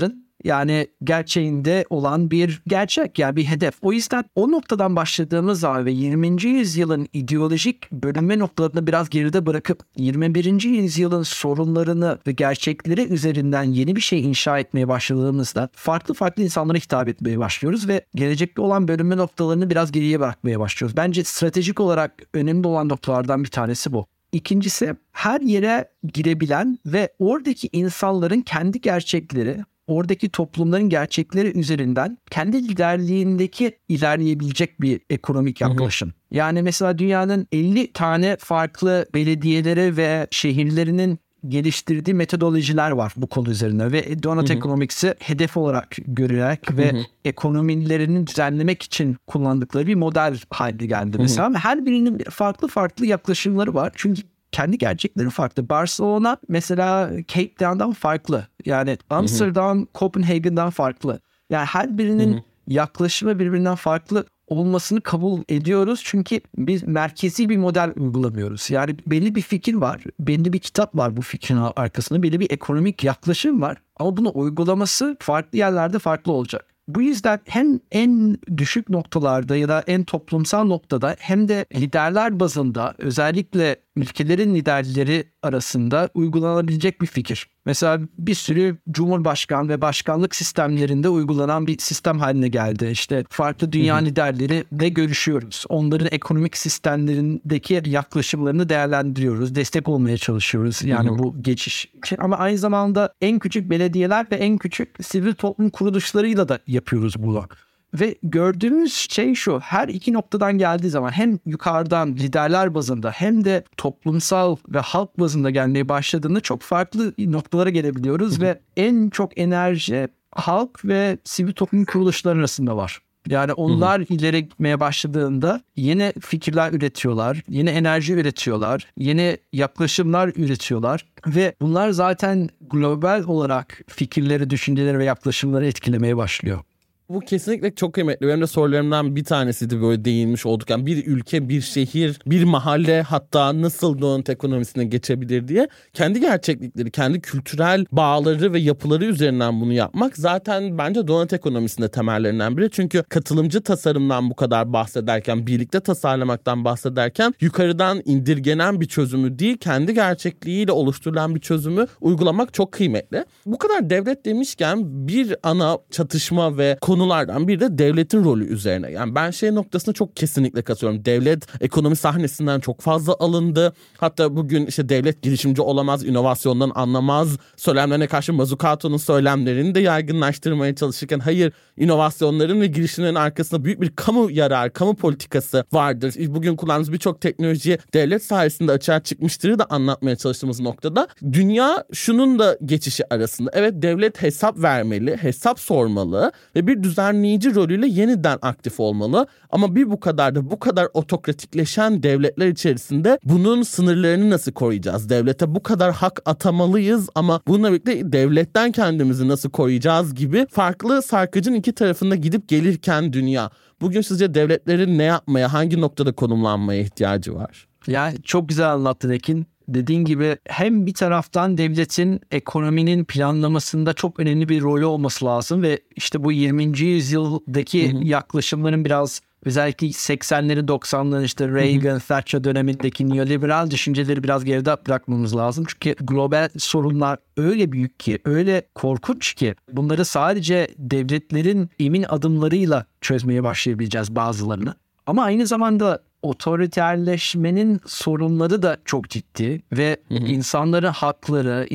Yani gerçeğinde olan bir gerçek, yani bir hedef. O yüzden o noktadan başladığımız zaman ve 20. yüzyılın ideolojik bölünme noktalarını biraz geride bırakıp 21. yüzyılın sorunlarını ve gerçekleri üzerinden yeni bir şey inşa etmeye başladığımızda farklı insanlara hitap etmeye başlıyoruz ve gelecekte olan bölünme noktalarını biraz geriye bırakmaya başlıyoruz. Bence stratejik olarak önemli olan noktalardan bir tanesi bu. İkincisi, her yere girebilen ve oradaki insanların kendi gerçekleri, oradaki toplumların gerçekleri üzerinden kendi liderliğindeki ilerleyebilecek bir ekonomik yaklaşım. Yani mesela dünyanın 50 tane farklı belediyeleri ve şehirlerinin geliştirdiği metodolojiler var bu konu üzerine ve Donut Economics'i hedef olarak görerek ve ekonomilerini düzenlemek için kullandıkları bir model haline geldi. Mesela her birinin farklı yaklaşımları var. Çünkü kendi gerçekleri farklı. Barcelona mesela Cape Town'dan farklı. Yani Amsterdam, Copenhagen'dan farklı. Yani her birinin yaklaşımı birbirinden farklı olmasını kabul ediyoruz. Çünkü biz merkezi bir model uygulamıyoruz. Yani belli bir fikir var. Belli bir kitap var bu fikrin arkasında. Belli bir ekonomik yaklaşım var. Ama bunu uygulaması farklı yerlerde farklı olacak. Bu yüzden hem en düşük noktalarda ya da en toplumsal noktada hem de liderler bazında özellikle ülkelerin liderleri arasında uygulanabilecek bir fikir. Mesela bir sürü cumhurbaşkan ve başkanlık sistemlerinde uygulanan bir sistem haline geldi. İşte farklı dünya liderleriyle görüşüyoruz. Onların ekonomik sistemlerindeki yaklaşımlarını değerlendiriyoruz. Destek olmaya çalışıyoruz. Yani bu geçiş. Ama aynı zamanda en küçük belediyeler ve en küçük sivil toplum kuruluşlarıyla da yapıyoruz bunu. Ve gördüğümüz şey şu, her iki noktadan geldiği zaman hem yukarıdan liderler bazında hem de toplumsal ve halk bazında gelmeye başladığında çok farklı noktalara gelebiliyoruz ve en çok enerji halk ve sivil toplum kuruluşları arasında var. Yani onlar ileri gitmeye başladığında yeni fikirler üretiyorlar, yeni enerji üretiyorlar, yeni yaklaşımlar üretiyorlar ve bunlar zaten global olarak fikirleri, düşünceleri ve yaklaşımları etkilemeye başlıyor. Bu kesinlikle çok kıymetli. Benim de sorularımdan bir tanesiydi böyle değinmiş olduk. Yani bir ülke, bir şehir, bir mahalle hatta nasıl donut ekonomisine geçebilir diye kendi gerçeklikleri, kendi kültürel bağları ve yapıları üzerinden bunu yapmak zaten bence donut ekonomisinde temellerinden biri. Çünkü katılımcı tasarımdan bu kadar bahsederken, birlikte tasarlamaktan bahsederken yukarıdan indirgenen bir çözümü değil, kendi gerçekliğiyle oluşturulan bir çözümü uygulamak çok kıymetli. Bu kadar devlet demişken bir ana çatışma ve konulardan biri de devletin rolü üzerine. Yani ben şey noktasına çok kesinlikle katılıyorum. Devlet ekonomi sahnesinden çok fazla alındı. Hatta bugün işte devlet girişimci olamaz, inovasyondan anlamaz söylemlerine karşı Mazzucato'nun söylemlerini de yaygınlaştırmaya çalışırken hayır, inovasyonların ve girişimlerin arkasında büyük bir kamu yararı, kamu politikası vardır. Bugün kullandığımız birçok teknoloji devlet sayesinde açığa çıkmıştır da anlatmaya çalıştığımız noktada dünya şunun da geçişi arasında. Evet, devlet hesap vermeli, hesap sormalı ve bir düzenleyici rolüyle yeniden aktif olmalı. Ama bu kadar otokratikleşen devletler içerisinde bunun sınırlarını nasıl koruyacağız? Devlete bu kadar hak atamalıyız ama bununla birlikte devletten kendimizi nasıl koruyacağız gibi farklı sarkacın iki tarafında gidip gelirken dünya. Bugün sizce devletlerin ne yapmaya, hangi noktada konumlanmaya ihtiyacı var? Ya çok güzel anlattın Ekin. Dediğin gibi hem bir taraftan devletin ekonominin planlamasında çok önemli bir rolü olması lazım ve işte bu 20. yüzyıldaki yaklaşımların biraz özellikle 80'leri 90'ları işte Reagan, Thatcher dönemindeki neoliberal düşünceleri biraz geride bırakmamız lazım. Çünkü global sorunlar öyle büyük ki, öyle korkunç ki bunları sadece devletlerin emin adımlarıyla çözmeye başlayabileceğiz bazılarını. Ama aynı zamanda otoriterleşmenin sorunları da çok ciddi ve insanların hakları,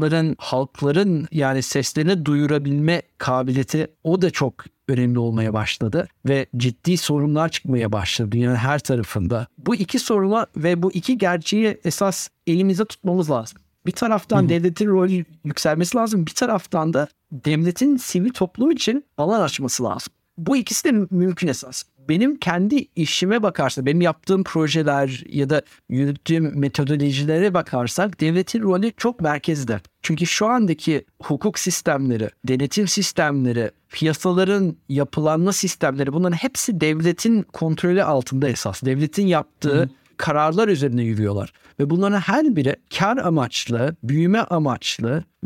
halkların yani seslerini duyurabilme kabiliyeti o da çok önemli olmaya başladı ve ciddi sorunlar çıkmaya başladı dünyanın her tarafında. Bu iki soruna ve bu iki gerçeği esas elimizde tutmamız lazım. Bir taraftan devletin rolü yükselmesi lazım, bir taraftan da devletin sivil toplum için alan açması lazım. Bu ikisi de mümkün esas. Benim kendi işime bakarsak, benim yaptığım projeler ya da yürüttüğüm metodolojilere bakarsak devletin rolü çok merkezde. Çünkü şu andaki hukuk sistemleri, denetim sistemleri, piyasaların yapılanma sistemleri bunların hepsi devletin kontrolü altında esas. Devletin yaptığı kararlar üzerine yürüyorlar. Ve bunların her biri kar amaçlı, büyüme amaçlı ve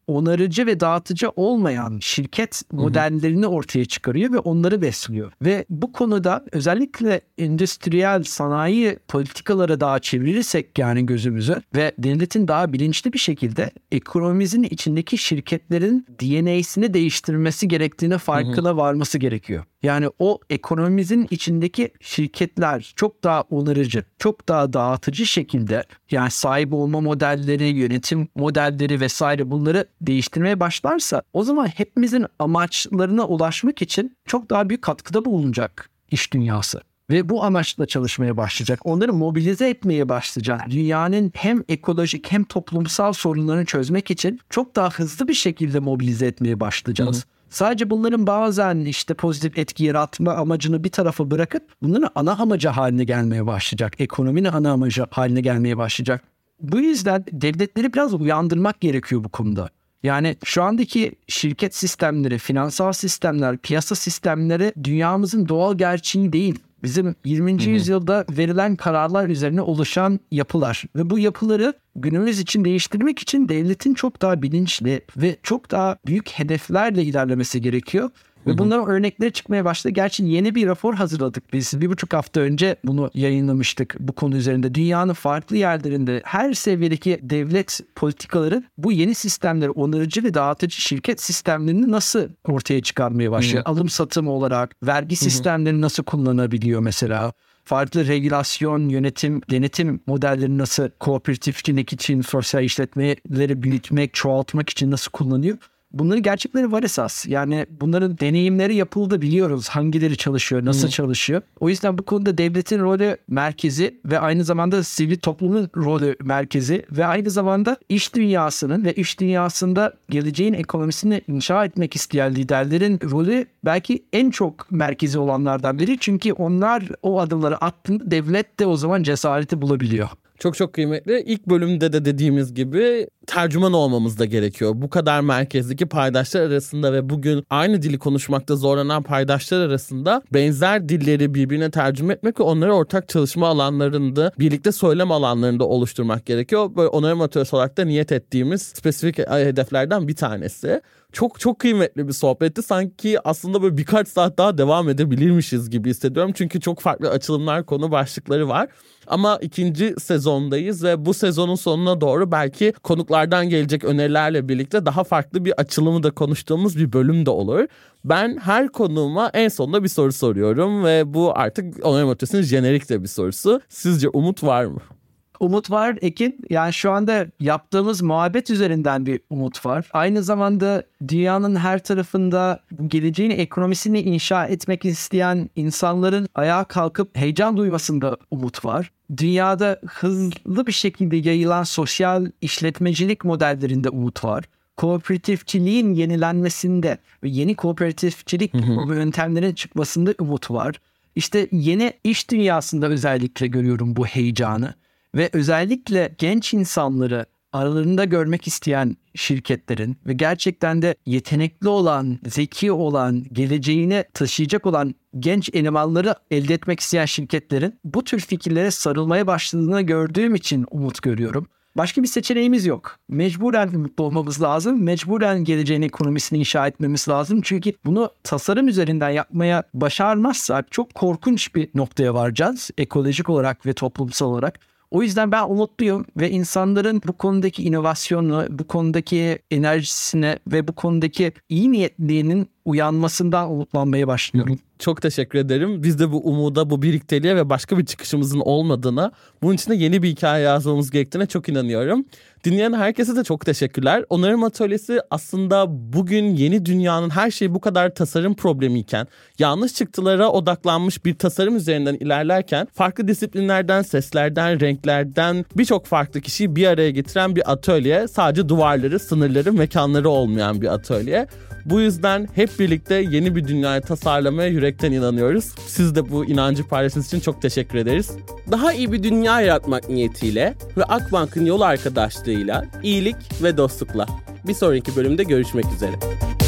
onarıcı ve dağıtıcı olmayan şirket modellerini ortaya çıkarıyor ve onları besliyor. Ve bu konuda özellikle endüstriyel sanayi politikalara daha çevirirsek yani gözümüzü ve devletin daha bilinçli bir şekilde ekonomimizin içindeki şirketlerin DNA'sini değiştirmesi gerektiğine farkına varması gerekiyor. Yani o ekonomimizin içindeki şirketler çok daha onarıcı, çok daha dağıtıcı şekilde yani sahip olma modelleri, yönetim modelleri vesaire bunları değiştirmeye başlarsa o zaman hepimizin amaçlarına ulaşmak için çok daha büyük katkıda bulunacak iş dünyası. Ve bu amaçla çalışmaya başlayacak. Onları mobilize etmeye başlayacak. Dünyanın hem ekolojik hem toplumsal sorunlarını çözmek için çok daha hızlı bir şekilde mobilize etmeye başlayacağız. Sadece bunların bazen işte pozitif etki yaratma amacını bir tarafa bırakıp bunların ana amacı haline gelmeye başlayacak. Ekonominin ana amacı haline gelmeye başlayacak. Bu yüzden devletleri biraz uyandırmak gerekiyor bu konuda. Yani şu andaki şirket sistemleri, finansal sistemler, piyasa sistemleri dünyamızın doğal gerçeği değil. Bizim 20. yüzyılda verilen kararlar üzerine oluşan yapılar ve bu yapıları günümüz için değiştirmek için devletin çok daha bilinçli ve çok daha büyük hedeflerle ilerlemesi gerekiyor. Ve bunların örnekleri çıkmaya başladı. Gerçi yeni bir rapor hazırladık biz. 1,5 hafta önce bunu yayınlamıştık bu konu üzerinde. Dünyanın farklı yerlerinde her seviyedeki devlet politikaları bu yeni sistemleri, onarıcı ve dağıtıcı şirket sistemlerini nasıl ortaya çıkarmaya başlıyor? Alım satım olarak, vergi sistemlerini nasıl kullanabiliyor mesela? Farklı regülasyon, yönetim, denetim modellerini nasıl kooperatifçilik için, sosyal işletmeleri büyütmek, çoğaltmak için nasıl kullanıyor? Bunların gerçekleri var esas. Yani bunların deneyimleri yapıldı, biliyoruz hangileri çalışıyor, nasıl çalışıyor. O yüzden bu konuda devletin rolü merkezi ve aynı zamanda sivil toplumun rolü merkezi ve aynı zamanda iş dünyasının ve iş dünyasında geleceğin ekonomisini inşa etmek isteyen liderlerin rolü belki en çok merkezi olanlardan biri. Çünkü onlar o adımları attığında devlet de o zaman cesareti bulabiliyor. Çok çok kıymetli. İlk bölümde de dediğimiz gibi tercüman olmamız da gerekiyor. Bu kadar merkezdeki paydaşlar arasında ve bugün aynı dili konuşmakta zorlanan paydaşlar arasında benzer dilleri birbirine tercüme etmek ve onları ortak çalışma alanlarında, birlikte söylem alanlarında oluşturmak gerekiyor. Böyle onarım atölyesi olarak da niyet ettiğimiz spesifik hedeflerden bir tanesi. Çok çok kıymetli bir sohbetti. Sanki aslında böyle birkaç saat daha devam edebilirmişiz gibi hissediyorum. Çünkü çok farklı açılımlar, konu başlıkları var. Ama 2. sezondayız ve bu sezonun sonuna doğru belki konuklardan gelecek önerilerle birlikte daha farklı bir açılımı da konuştuğumuz bir bölüm de olur. Ben her konuğuma en sonunda bir soru soruyorum ve bu artık onarım ötesinin jenerik de bir sorusu. Sizce umut var mı? Umut var Ekin. Yani şu anda yaptığımız muhabbet üzerinden bir umut var. Aynı zamanda dünyanın her tarafında geleceğin ekonomisini inşa etmek isteyen insanların ayağa kalkıp heyecan duymasında umut var. Dünyada hızlı bir şekilde yayılan sosyal işletmecilik modellerinde umut var. Kooperatifçiliğin yenilenmesinde ve yeni kooperatifçilik yöntemlerinin çıkmasında umut var. İşte yeni iş dünyasında özellikle görüyorum bu heyecanı. Ve özellikle genç insanları aralarında görmek isteyen şirketlerin ve gerçekten de yetenekli olan, zeki olan, geleceğine taşıyacak olan genç elemanları elde etmek isteyen şirketlerin bu tür fikirlere sarılmaya başladığını gördüğüm için umut görüyorum. Başka bir seçeneğimiz yok. Mecburen mutlu olmamız lazım. Mecburen geleceğin ekonomisini inşa etmemiz lazım. Çünkü bunu tasarım üzerinden yapmaya başarmazsak çok korkunç bir noktaya varacağız. Ekolojik olarak ve toplumsal olarak. O yüzden ben umutluyum ve insanların bu konudaki inovasyonu, bu konudaki enerjisine ve bu konudaki iyi niyetliğinin uyanmasından umutlanmaya başlıyorum. Çok teşekkür ederim. Biz de bu umuda, bu birlikteliğe ve başka bir çıkışımızın olmadığına, bunun için de yeni bir hikaye yazmamız gerektiğine çok inanıyorum. Dinleyen herkese de çok teşekkürler. Onarım Atölyesi aslında bugün yeni dünyanın her şeyi bu kadar tasarım problemiyken, yanlış çıktılara odaklanmış bir tasarım üzerinden ilerlerken, farklı disiplinlerden, seslerden, renklerden birçok farklı kişiyi bir araya getiren bir atölye. Sadece duvarları, sınırları, mekanları olmayan bir atölye. Bu yüzden hep birlikte yeni bir dünyayı tasarlamaya yürekten inanıyoruz. Siz de bu inancı paylaştığınız için çok teşekkür ederiz. Daha iyi bir dünya yaratmak niyetiyle ve Akbank'ın yol arkadaşlığıyla iyilik ve dostlukla. Bir sonraki bölümde görüşmek üzere.